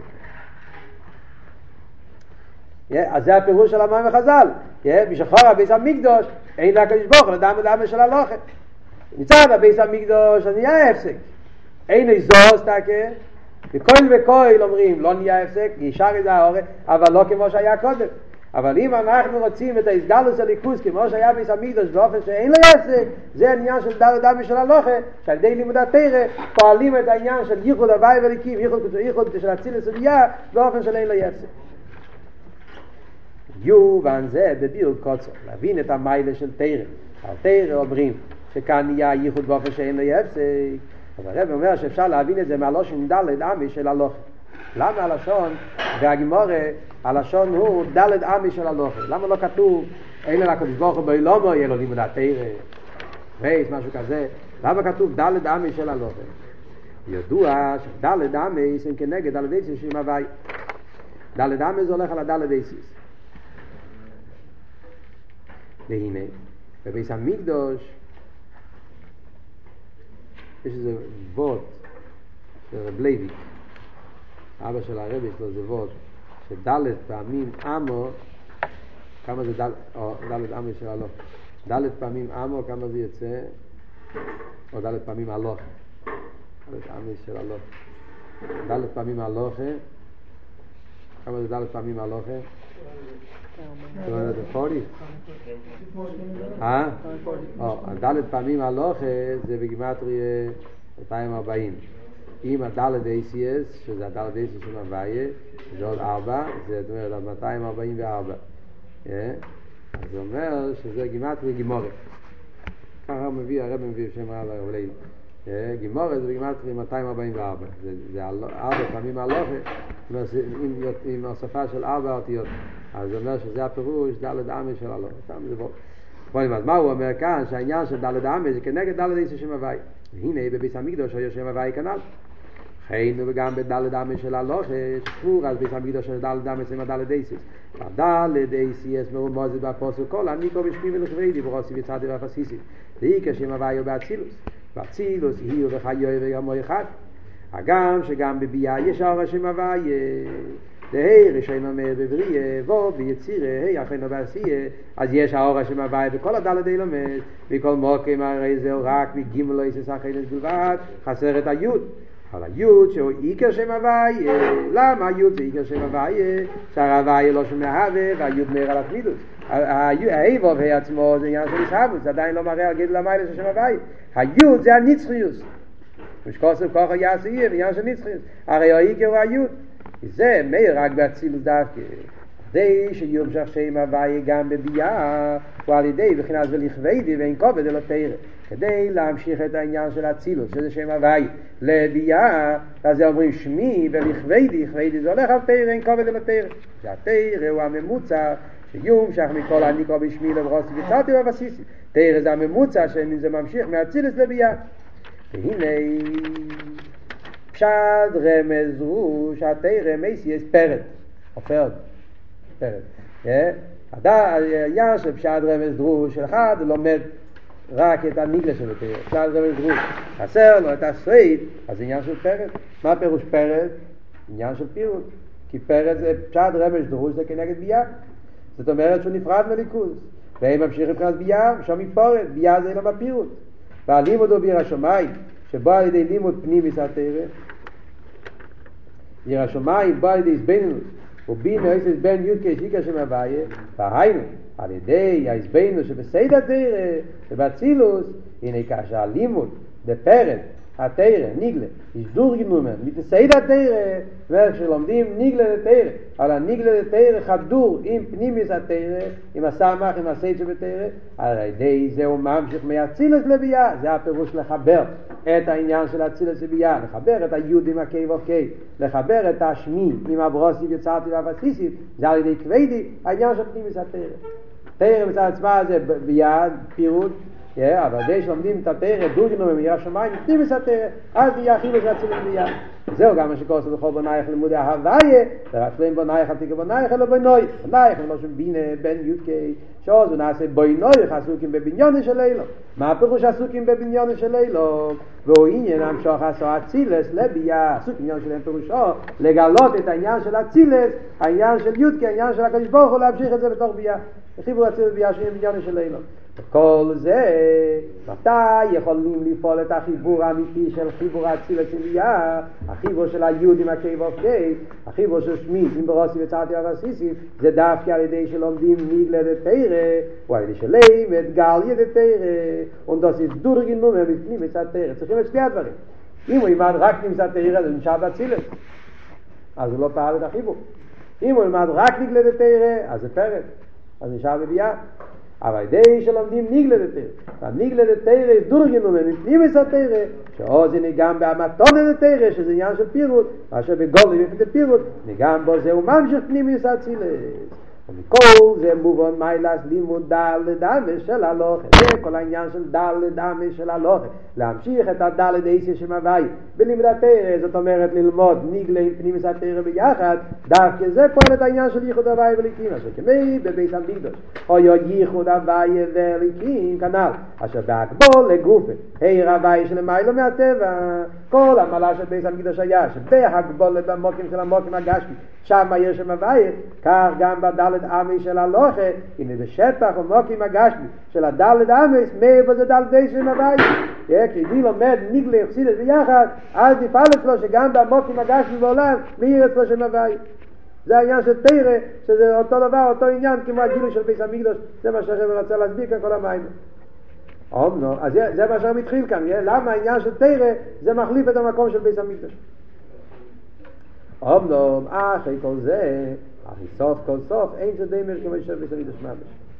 אז זה הפירוש של המים וחז"ל. בשחור הביס המקדוש אין לקדוש ברוך הוא לדם ודם של הלוכה. מצד הביס המקדוש נהיה הפסק. אין איזו סתקה, וכל וכל אומרים לא נהיה הפסק, נשאר איזה האורה, אבל לא כמו שהיה קודם. אבל אם אנחנו רוצים את ההסגלוס הליכוז כמו שהיה ביס המקדוש באופן שאין לו הפסק, זה העניין של דם ודם של הלוכה, שעל ידי לימוד התורה פועלים את העניין של ייחוד הווי וליקים, ייחוד של אצילס וביאה באופן של אין לו הפסק. יובן זה בביור קוצר, להבין את המיילה של תורה. על תורה אומרים שכאן נהיה ייחוד באופן שאין לו הפסק, אבל הרב אומר שאפשר להבין את זה מהלושן דלת עמי של הלוכה. למה הלשון והגימורה, הלשון הוא דלת עמי של הלוכה? למה לא כתוב אין לה לקדוש ברוך הוא בעולמו יהיה לו לימוד התורה, רייס, משהו כזה? למה כתוב דלת עמי של הלוכה? ידוע שדלת עמי זה כנגד דלת איסיס של הווי. דלת עמי זה הולך על הדלת איסיס. והנה, בביס המקדוש יש איזה ווד של רב לוי, אבא של הרב, יש לו איזה ווד שדלת פעמים עמו, כמה זה דלת, או דלת עמי של הלוך, דלת פעמים עמו, כמה זה יוצא, או דלת פעמים הלוך, דלת עמי של הלוך, דלת פעמים הלוך, כמה זה דלת פעמים הלוך? two hundred forty? אה? או, הדלת פעמים הלוכה זה בגימטריה מאתיים וארבעים. אם הדלת אייסיאס, שזה הדלת אייסיאס של הוויה, זה עוד ארבע, זאת אומרת עד מאתיים וארבעים וארבע. אז זה אומר שזה גימטריה גימורת. ככה מביא, הרב מביא שם רב הרב. גימורת זה בגימטריה מאתיים וארבעים וארבע. זה ארבע פעמים הלוכה, עם הוספה של ארבע אותיות. אז זה אומר שזה הפירוש דלת עמי של הלוך. אז מה הוא אומר כאן? שהעניין של דלת עמי זה כנגד דלת איסיס שם הווי. והנה בביס המקדוש היה שם הווי כנ"ל. חיינו וגם בדלת עמי של הלוך, שפור אז ביס המקדוש של דלת עמי שם הדלת איסיס. דלת איסיס מרומזת בפוסק כל הניקו בשמי ולכבדי ברוסי וצדי והפסיסי. והיא כשם הווי הוא באצילוס. באצילוס היא וחיו וגם אחד. הגם שגם בביאה יש אור שם הווי. דהי רשעים אומר בבריאה בו ביצירה היי אכן ובעשייה, אז יש האור השם הווי בכל הדלת די לומד מכל מוקים הרי זהו רק מגימל לא יסס אחרת בלבד, חסר את היוד. אבל היוד שהוא עיקר שם הווי, למה היוד זה עיקר שם הווי? שההווי לא שם מהווה והיוד מראה על התמידות. האיבוב עצמו זה עניין של ישהבוס, זה עדיין לא מראה על גדול המיילה של שם הווי. היוד זה הנצחיוס, משקוסם ככה יעשה יהיה בעניין של נצחיוס, הרי העיקר הוא היוד. זה מאיר רק באצילוס דווקא. די שיומשך שם הווי גם בביאה, ועל ידי בחינת ולכבדי ואין כובד אלא תורה. כדי להמשיך את העניין של אצילוס, שזה שם הווי לביאה, אז זה אומרים שמי ולכבדי, כבדי זה הולך על תורה, אין כובד אלא תורה. שהתורה הוא הממוצע שיומשך מכל הניקרו בשמי לברוסי וצרתי ובסיסי. תראה זה הממוצע שזה ממשיך מאצילס לביאה. והנה פשט רמז הוא שהתרא מייסי יש פרד או פרד פרד העניין של פשט רמז דרוש אחד לומד רק את הניגלה של התרא. פשט רמז דרוש חסר לו את הסרית, אז עניין של פרד. מה פירוש פרד? עניין של פירוט, כי פרד זה פשט רמז דרוש זה כנגד ביאה, זאת אומרת שהוא נפרד מליכוז, והם ממשיכים מבחינת ביאה שם מפורת. ביאה זה לא בפירוט. והלימוד הוא ביר השמיים שבא על ידי לימוד פנימיס התרא. ביר השמיים בא על ידי הסבינוס ובין היסס בין יודקי שיקה שם הוויה, והיינו על ידי ההסבינוס שבסייד התרא שבצילוס. הנה כאשר הלימוד בפרד התרא ניגלה יש דור גנומן מתסייד התרא, ואיך שלומדים ניגלה לתרא על הניגלה לתרא חדור עם פנימיס התרא, עם הסמך, עם הסייד שבתרא, על ידי זהו ממשיך מהצילס לביאה. זה הפירוש לחבר את העניין של הצילס לביאה, לחבר את היוד עם הקי וקי, לחבר את השמי עם הברוסי יצרתי והבסיסי, זה על ידי כבדי העניין של פנימיס התרא. תרא מצד עצמה זה ביאה פירוט, אבל די שלומדים את התרא דורגנו במאיר השמיים נתנים את התרא, אז יהיה הכי לזרצים לביאה. זהו גם מה שקורס לכל בנייך לימודי ההוויה, ורצלם בנייך עתיקה בנייך אלא בנוי בנייך ולא שבינה בין יודקי שעוז ונעשה בנוי עסוקים בבניון של אילו. מה הפירוש עסוקים בבניון של אילו? והוא עניין המשוך עשו הצילס לביאה. עסוק עניין שלהם פירושו לגלות את העניין של הצילס, העניין של יודקי, העניין של הקדוש ברוך הוא, להמשיך את זה בתוך ביאה. חיבור הצילס ביאה שיהיה בניון של אילו. כל זה מתי יכולים לפעול את החיבור האמיתי של חיבור הצילס לביאה, החיבור של היוד עם הקי וקי, החיבור של שמי עם ברוסי וצרתי ובסיסי, זה דווקא על ידי שלומדים ניגלה דתרא, או על ידי שלמד גליה דתרא, und das ist durchgenommen mit פנימיס התרא. צריכים את שתי הדברים. אם הוא ילמד רק פנימיס התרא זה נשאר בצילס, אז הוא לא פעל את החיבור. אם הוא ילמד רק ניגלה דתרא אז זה פרד, אז נשאר בביאה. אבל די שלומדים ניגלה דתרא, והניגלה דתרא דורגנומן מפנימיס התרא, שעוד זה ניגם בהמתון דתרא, שזה עניין של פירוט, מאשר בגודל יפת פירוט, ניגם בו זהו ממשיך פנימיס הצילס. ומכל זה מובן מיילס לימוד דל לדמה של הלוכה. זה כל העניין של דל לדמה של הלוכה, להמשיך את הדל לדייסיה שמווי בלימוד התרא, זאת אומרת ללמוד ניגלה עם פנימיס התרא ביחד. דווקא זה פועל את העניין של ייחוד הווי וליקים, אשר כמי בבית המקדש או ייחוד הווי וליקים כנ"ל, אשר בהקבול לגופה העיר הווי של מיילו מהטבע. כל המעלה של בית המקדש היה שבהקבול במוקים של המוקים הגשמי שם העיר שמווי, כך גם בדלת עמי של הלוכה, הנה בשטח ומוקים הגשמי של הדלת עמי, מאיפה זה דלת די שמווי. כי די לומד ניגלה יחסידת ביחד, אז נפעל אצלו שגם במוקים הגשמי בעולם מאיר אצלו שמווי. זה העניין של תרא, שזה אותו דבר, אותו עניין כמו הגילוי של בית המקדש. זה מה שהרב רצה להסביר כאן כל המים. אומנו, אז זה, זה מה שהרב התחיל כאן, למה העניין של תרא זה מחליף את המקום של בית המקדש. אומנו, אחרי כל זה, אחרי סוף כל סוף, אין זה דמר כמו יושב בית המקדש ממש.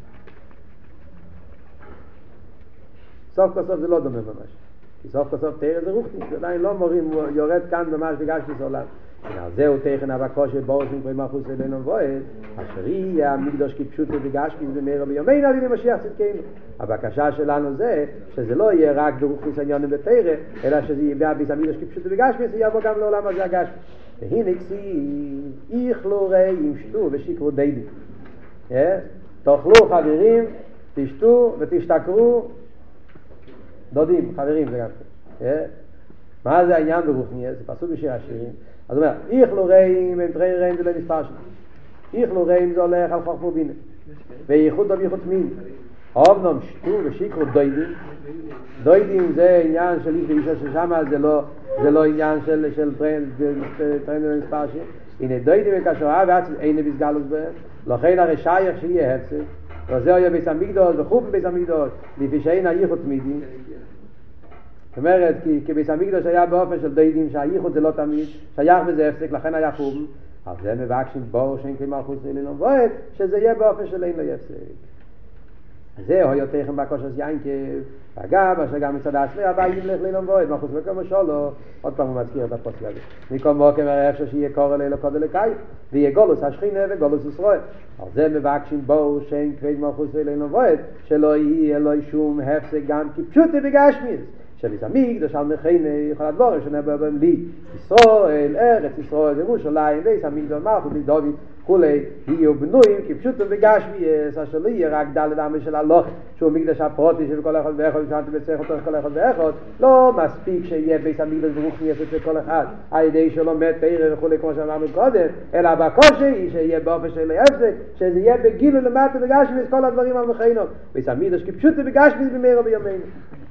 סוף כל סוף זה לא דומה ממש. כי סוף כל סוף תרא זה רוחני, זה עדיין לא מורים, יורד כאן ממש בגשמי סעולם. על זהו תכן הבקוש בורשים כמו מחוץ אלינו ובועד, אשר יהיה המקדוש כפשוט וגשמי במהרה ביומין על ידי משיח צדקנו. הבקשה שלנו זה שזה לא יהיה רק ברוחניס עניונים בתרא, אלא שזה יהיה בית המקדוש כפשוט וגשמי, זה יבוא גם לעולם הזה הגשמי. והנה כסיב, איכלו רעים שתו ושיקרו דידים. תאכלו חברים, תשתו ותשתכרו דודים, חברים זה גם כן. מה זה העניין ברוחניס? זה פסוק בשיר השירים. אז הוא אומר, איכלו רעים, הם תראי רעים זה לא מספר שלנו. איכלו רעים זה הולך על חוכמו בינה. וייחוד טוב ייחוד מין. אובנום שתו ושיקרו דוידים. דוידים זה עניין של איש ואישה ששם זה לא, זה לא עניין של, של טרנד למספר שלנו. הנה דוידים וקשורה ועצם אין לבסגלוס בהם. לכן הרי שייך שיהיה הפסק. וזה היה בית המקדוש וחוף בית המקדוש. לפי שאין הייחוד תמידים. זאת אומרת, כי, כי בית המקדוש היה באופן של דיידים שהייחוד זה לא תמיד, שייך בזה הפסק, לכן היה חוב. אז זה מבקשים בור שאין כמלכות אלינו ובועד, שזה יהיה באופן של אין לו הפסק. זהו יותר תכן בקושס יינקב, אגב, אשר גם מצד עצמי הבא ימלך לילום בועד, מחוץ מקום שלו, עוד פעם הוא מזכיר את הפוסק הזה. מכל מוקם הרי אפשר שיהיה קורא לילה קודם לקיים, ויהיה גולוס השכינה וגולוס ישראל. על זה מבקשים בו שאין כבד מחוץ לילום בועד, שלא יהיה לו שום הפסק גם כפשוטי בגשמיס. שביס המקדוש על מכינה יכול הדבור שנבוא בהם לי ישראל, ארץ ישראל, ירושלים, ביס המקדוש מלכות דוד כולי, יהיו בנויים כפשוטו בגשמיס, אשר לא יהיה רק דלת עמי של הלוך שהוא מקדוש הפרוטי של כל אחד ואחד ושנתי בצריך אותו כל אחד ואחד, לא מספיק שיהיה ביס המקדוש ברוך נפש של כל אחד על ידי שלומד תורה וכולי כמו שאמרנו קודם, אלא בקושי שיהיה באופן של הפסק, שזה יהיה בגילו למטה בגשמיס כל הדברים על מכינו, ביס המקדוש כפשוטו בגשמיס במהרה בימינו.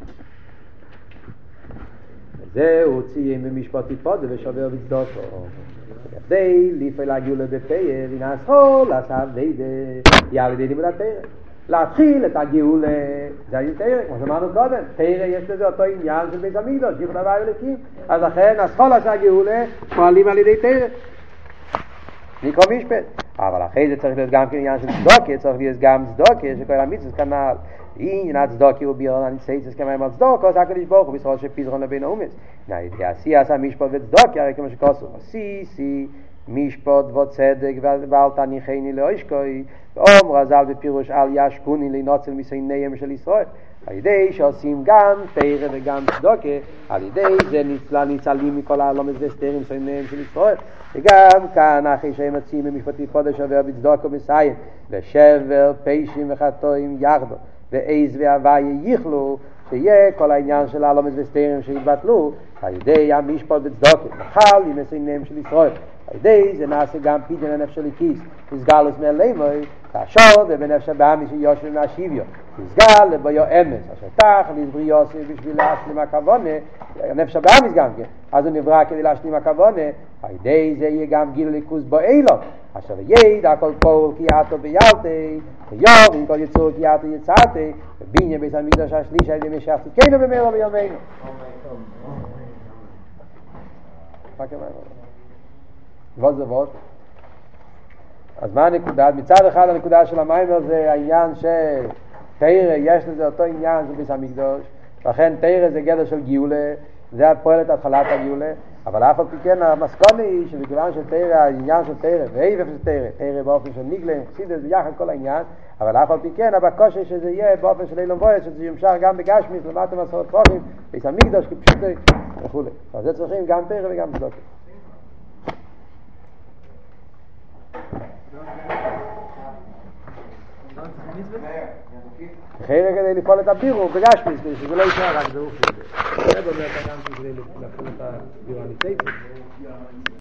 זהו ציין במשפט יפודה ושובר בצדוקו כדי לפעול הגאולה בפאר ונסחו לעשה וידה יעל ידי לימוד התורה להתחיל את הגאולה זה היה תורה כמו שאמרנו קודם תורה יש לזה אותו עניין של בית המקדוש ייחוד הווי אלוקים אז לכן נסחו לעשה גאולה פועלים על ידי תורה נקרא משפט אבל אחרי זה צריך להיות גם עניין של צדוקה צריך להיות גם צדוקה שכל המצוות כנ"ל עניין הצדוקה הוא בירון הניצייצס כמיים על צדוקה אז הקדוש ברוך הוא בישראל שפיזרון לבין האומץ נהייתי עשי עשה משפט וצדוקה הרי כמו שכוסו עשי עשי משפט וצדק ואל תניחני לאושקוי ואומר הזל בפירוש על ישכוני לנוצל מסעיניהם של ישראל על ידי שעושים גם תורה וגם צדוקה על ידי זה ניצלה ניצלים מכל העלומות וסתרים סעיניהם של ישראל וגם כאן אחרי שהם מציעים במשפט יפודה שובר בצדוקה ומסיים ושבר פשעים וחטאים יחדו ואיז והווי יכלו שיהיה כל העניין של העלומות וסתרים שהתבטלו על ידי המשפט בצדוקה וחל עם סעיניהם של ישראל על ידי זה נעשה גם פידן הנפש של הכיס תסגלוס מאלימוי תעשור ובנפש הבאמי שיושב מהשיביו תסגל לביו אמס אשר תח לזבריוסי בשביל להשלים הכוונה הנפש הבאמי גם כן אז הוא נברא כדי להשלים הכוונה על ידי זה יהיה גם גיל ליכוז בו אילו אשר ידע כל פול כי יעתו ביאלתי ויור עם כל יצור כי יעתו יצאתי וביניה בית המקדוש השליש על ידי משכתי כאילו במהרה בימינו ועוד זה ועוד אז מה הנקודה? מצד אחד הנקודה של המיימר זה העניין של תורה יש לזה אותו עניין של בית המקדוש לכן תורה זה גדר של גאולה זה הפועלת התחלת הגאולה אבל אף על פי כן המסקנה היא שבכיוון של תורה העניין של תורה ואיפה של תורה תורה באופן של ניגלה חסידות זה יחד כל העניין אבל אף על פי כן הבקשה שזה יהיה באופן של אילום בועד שזה ימשך גם בגשמיס למטה מסורת פרוחים בית המקדוש כפשוטו וכו' אז זה צריכים גם תורה וגם צדוקה חיירה כדי לפעול את הבירו בגשמיס שזה לא יישאר רק ברוך זה זה באמת גם כדי לפעול את הבירו הניצייצת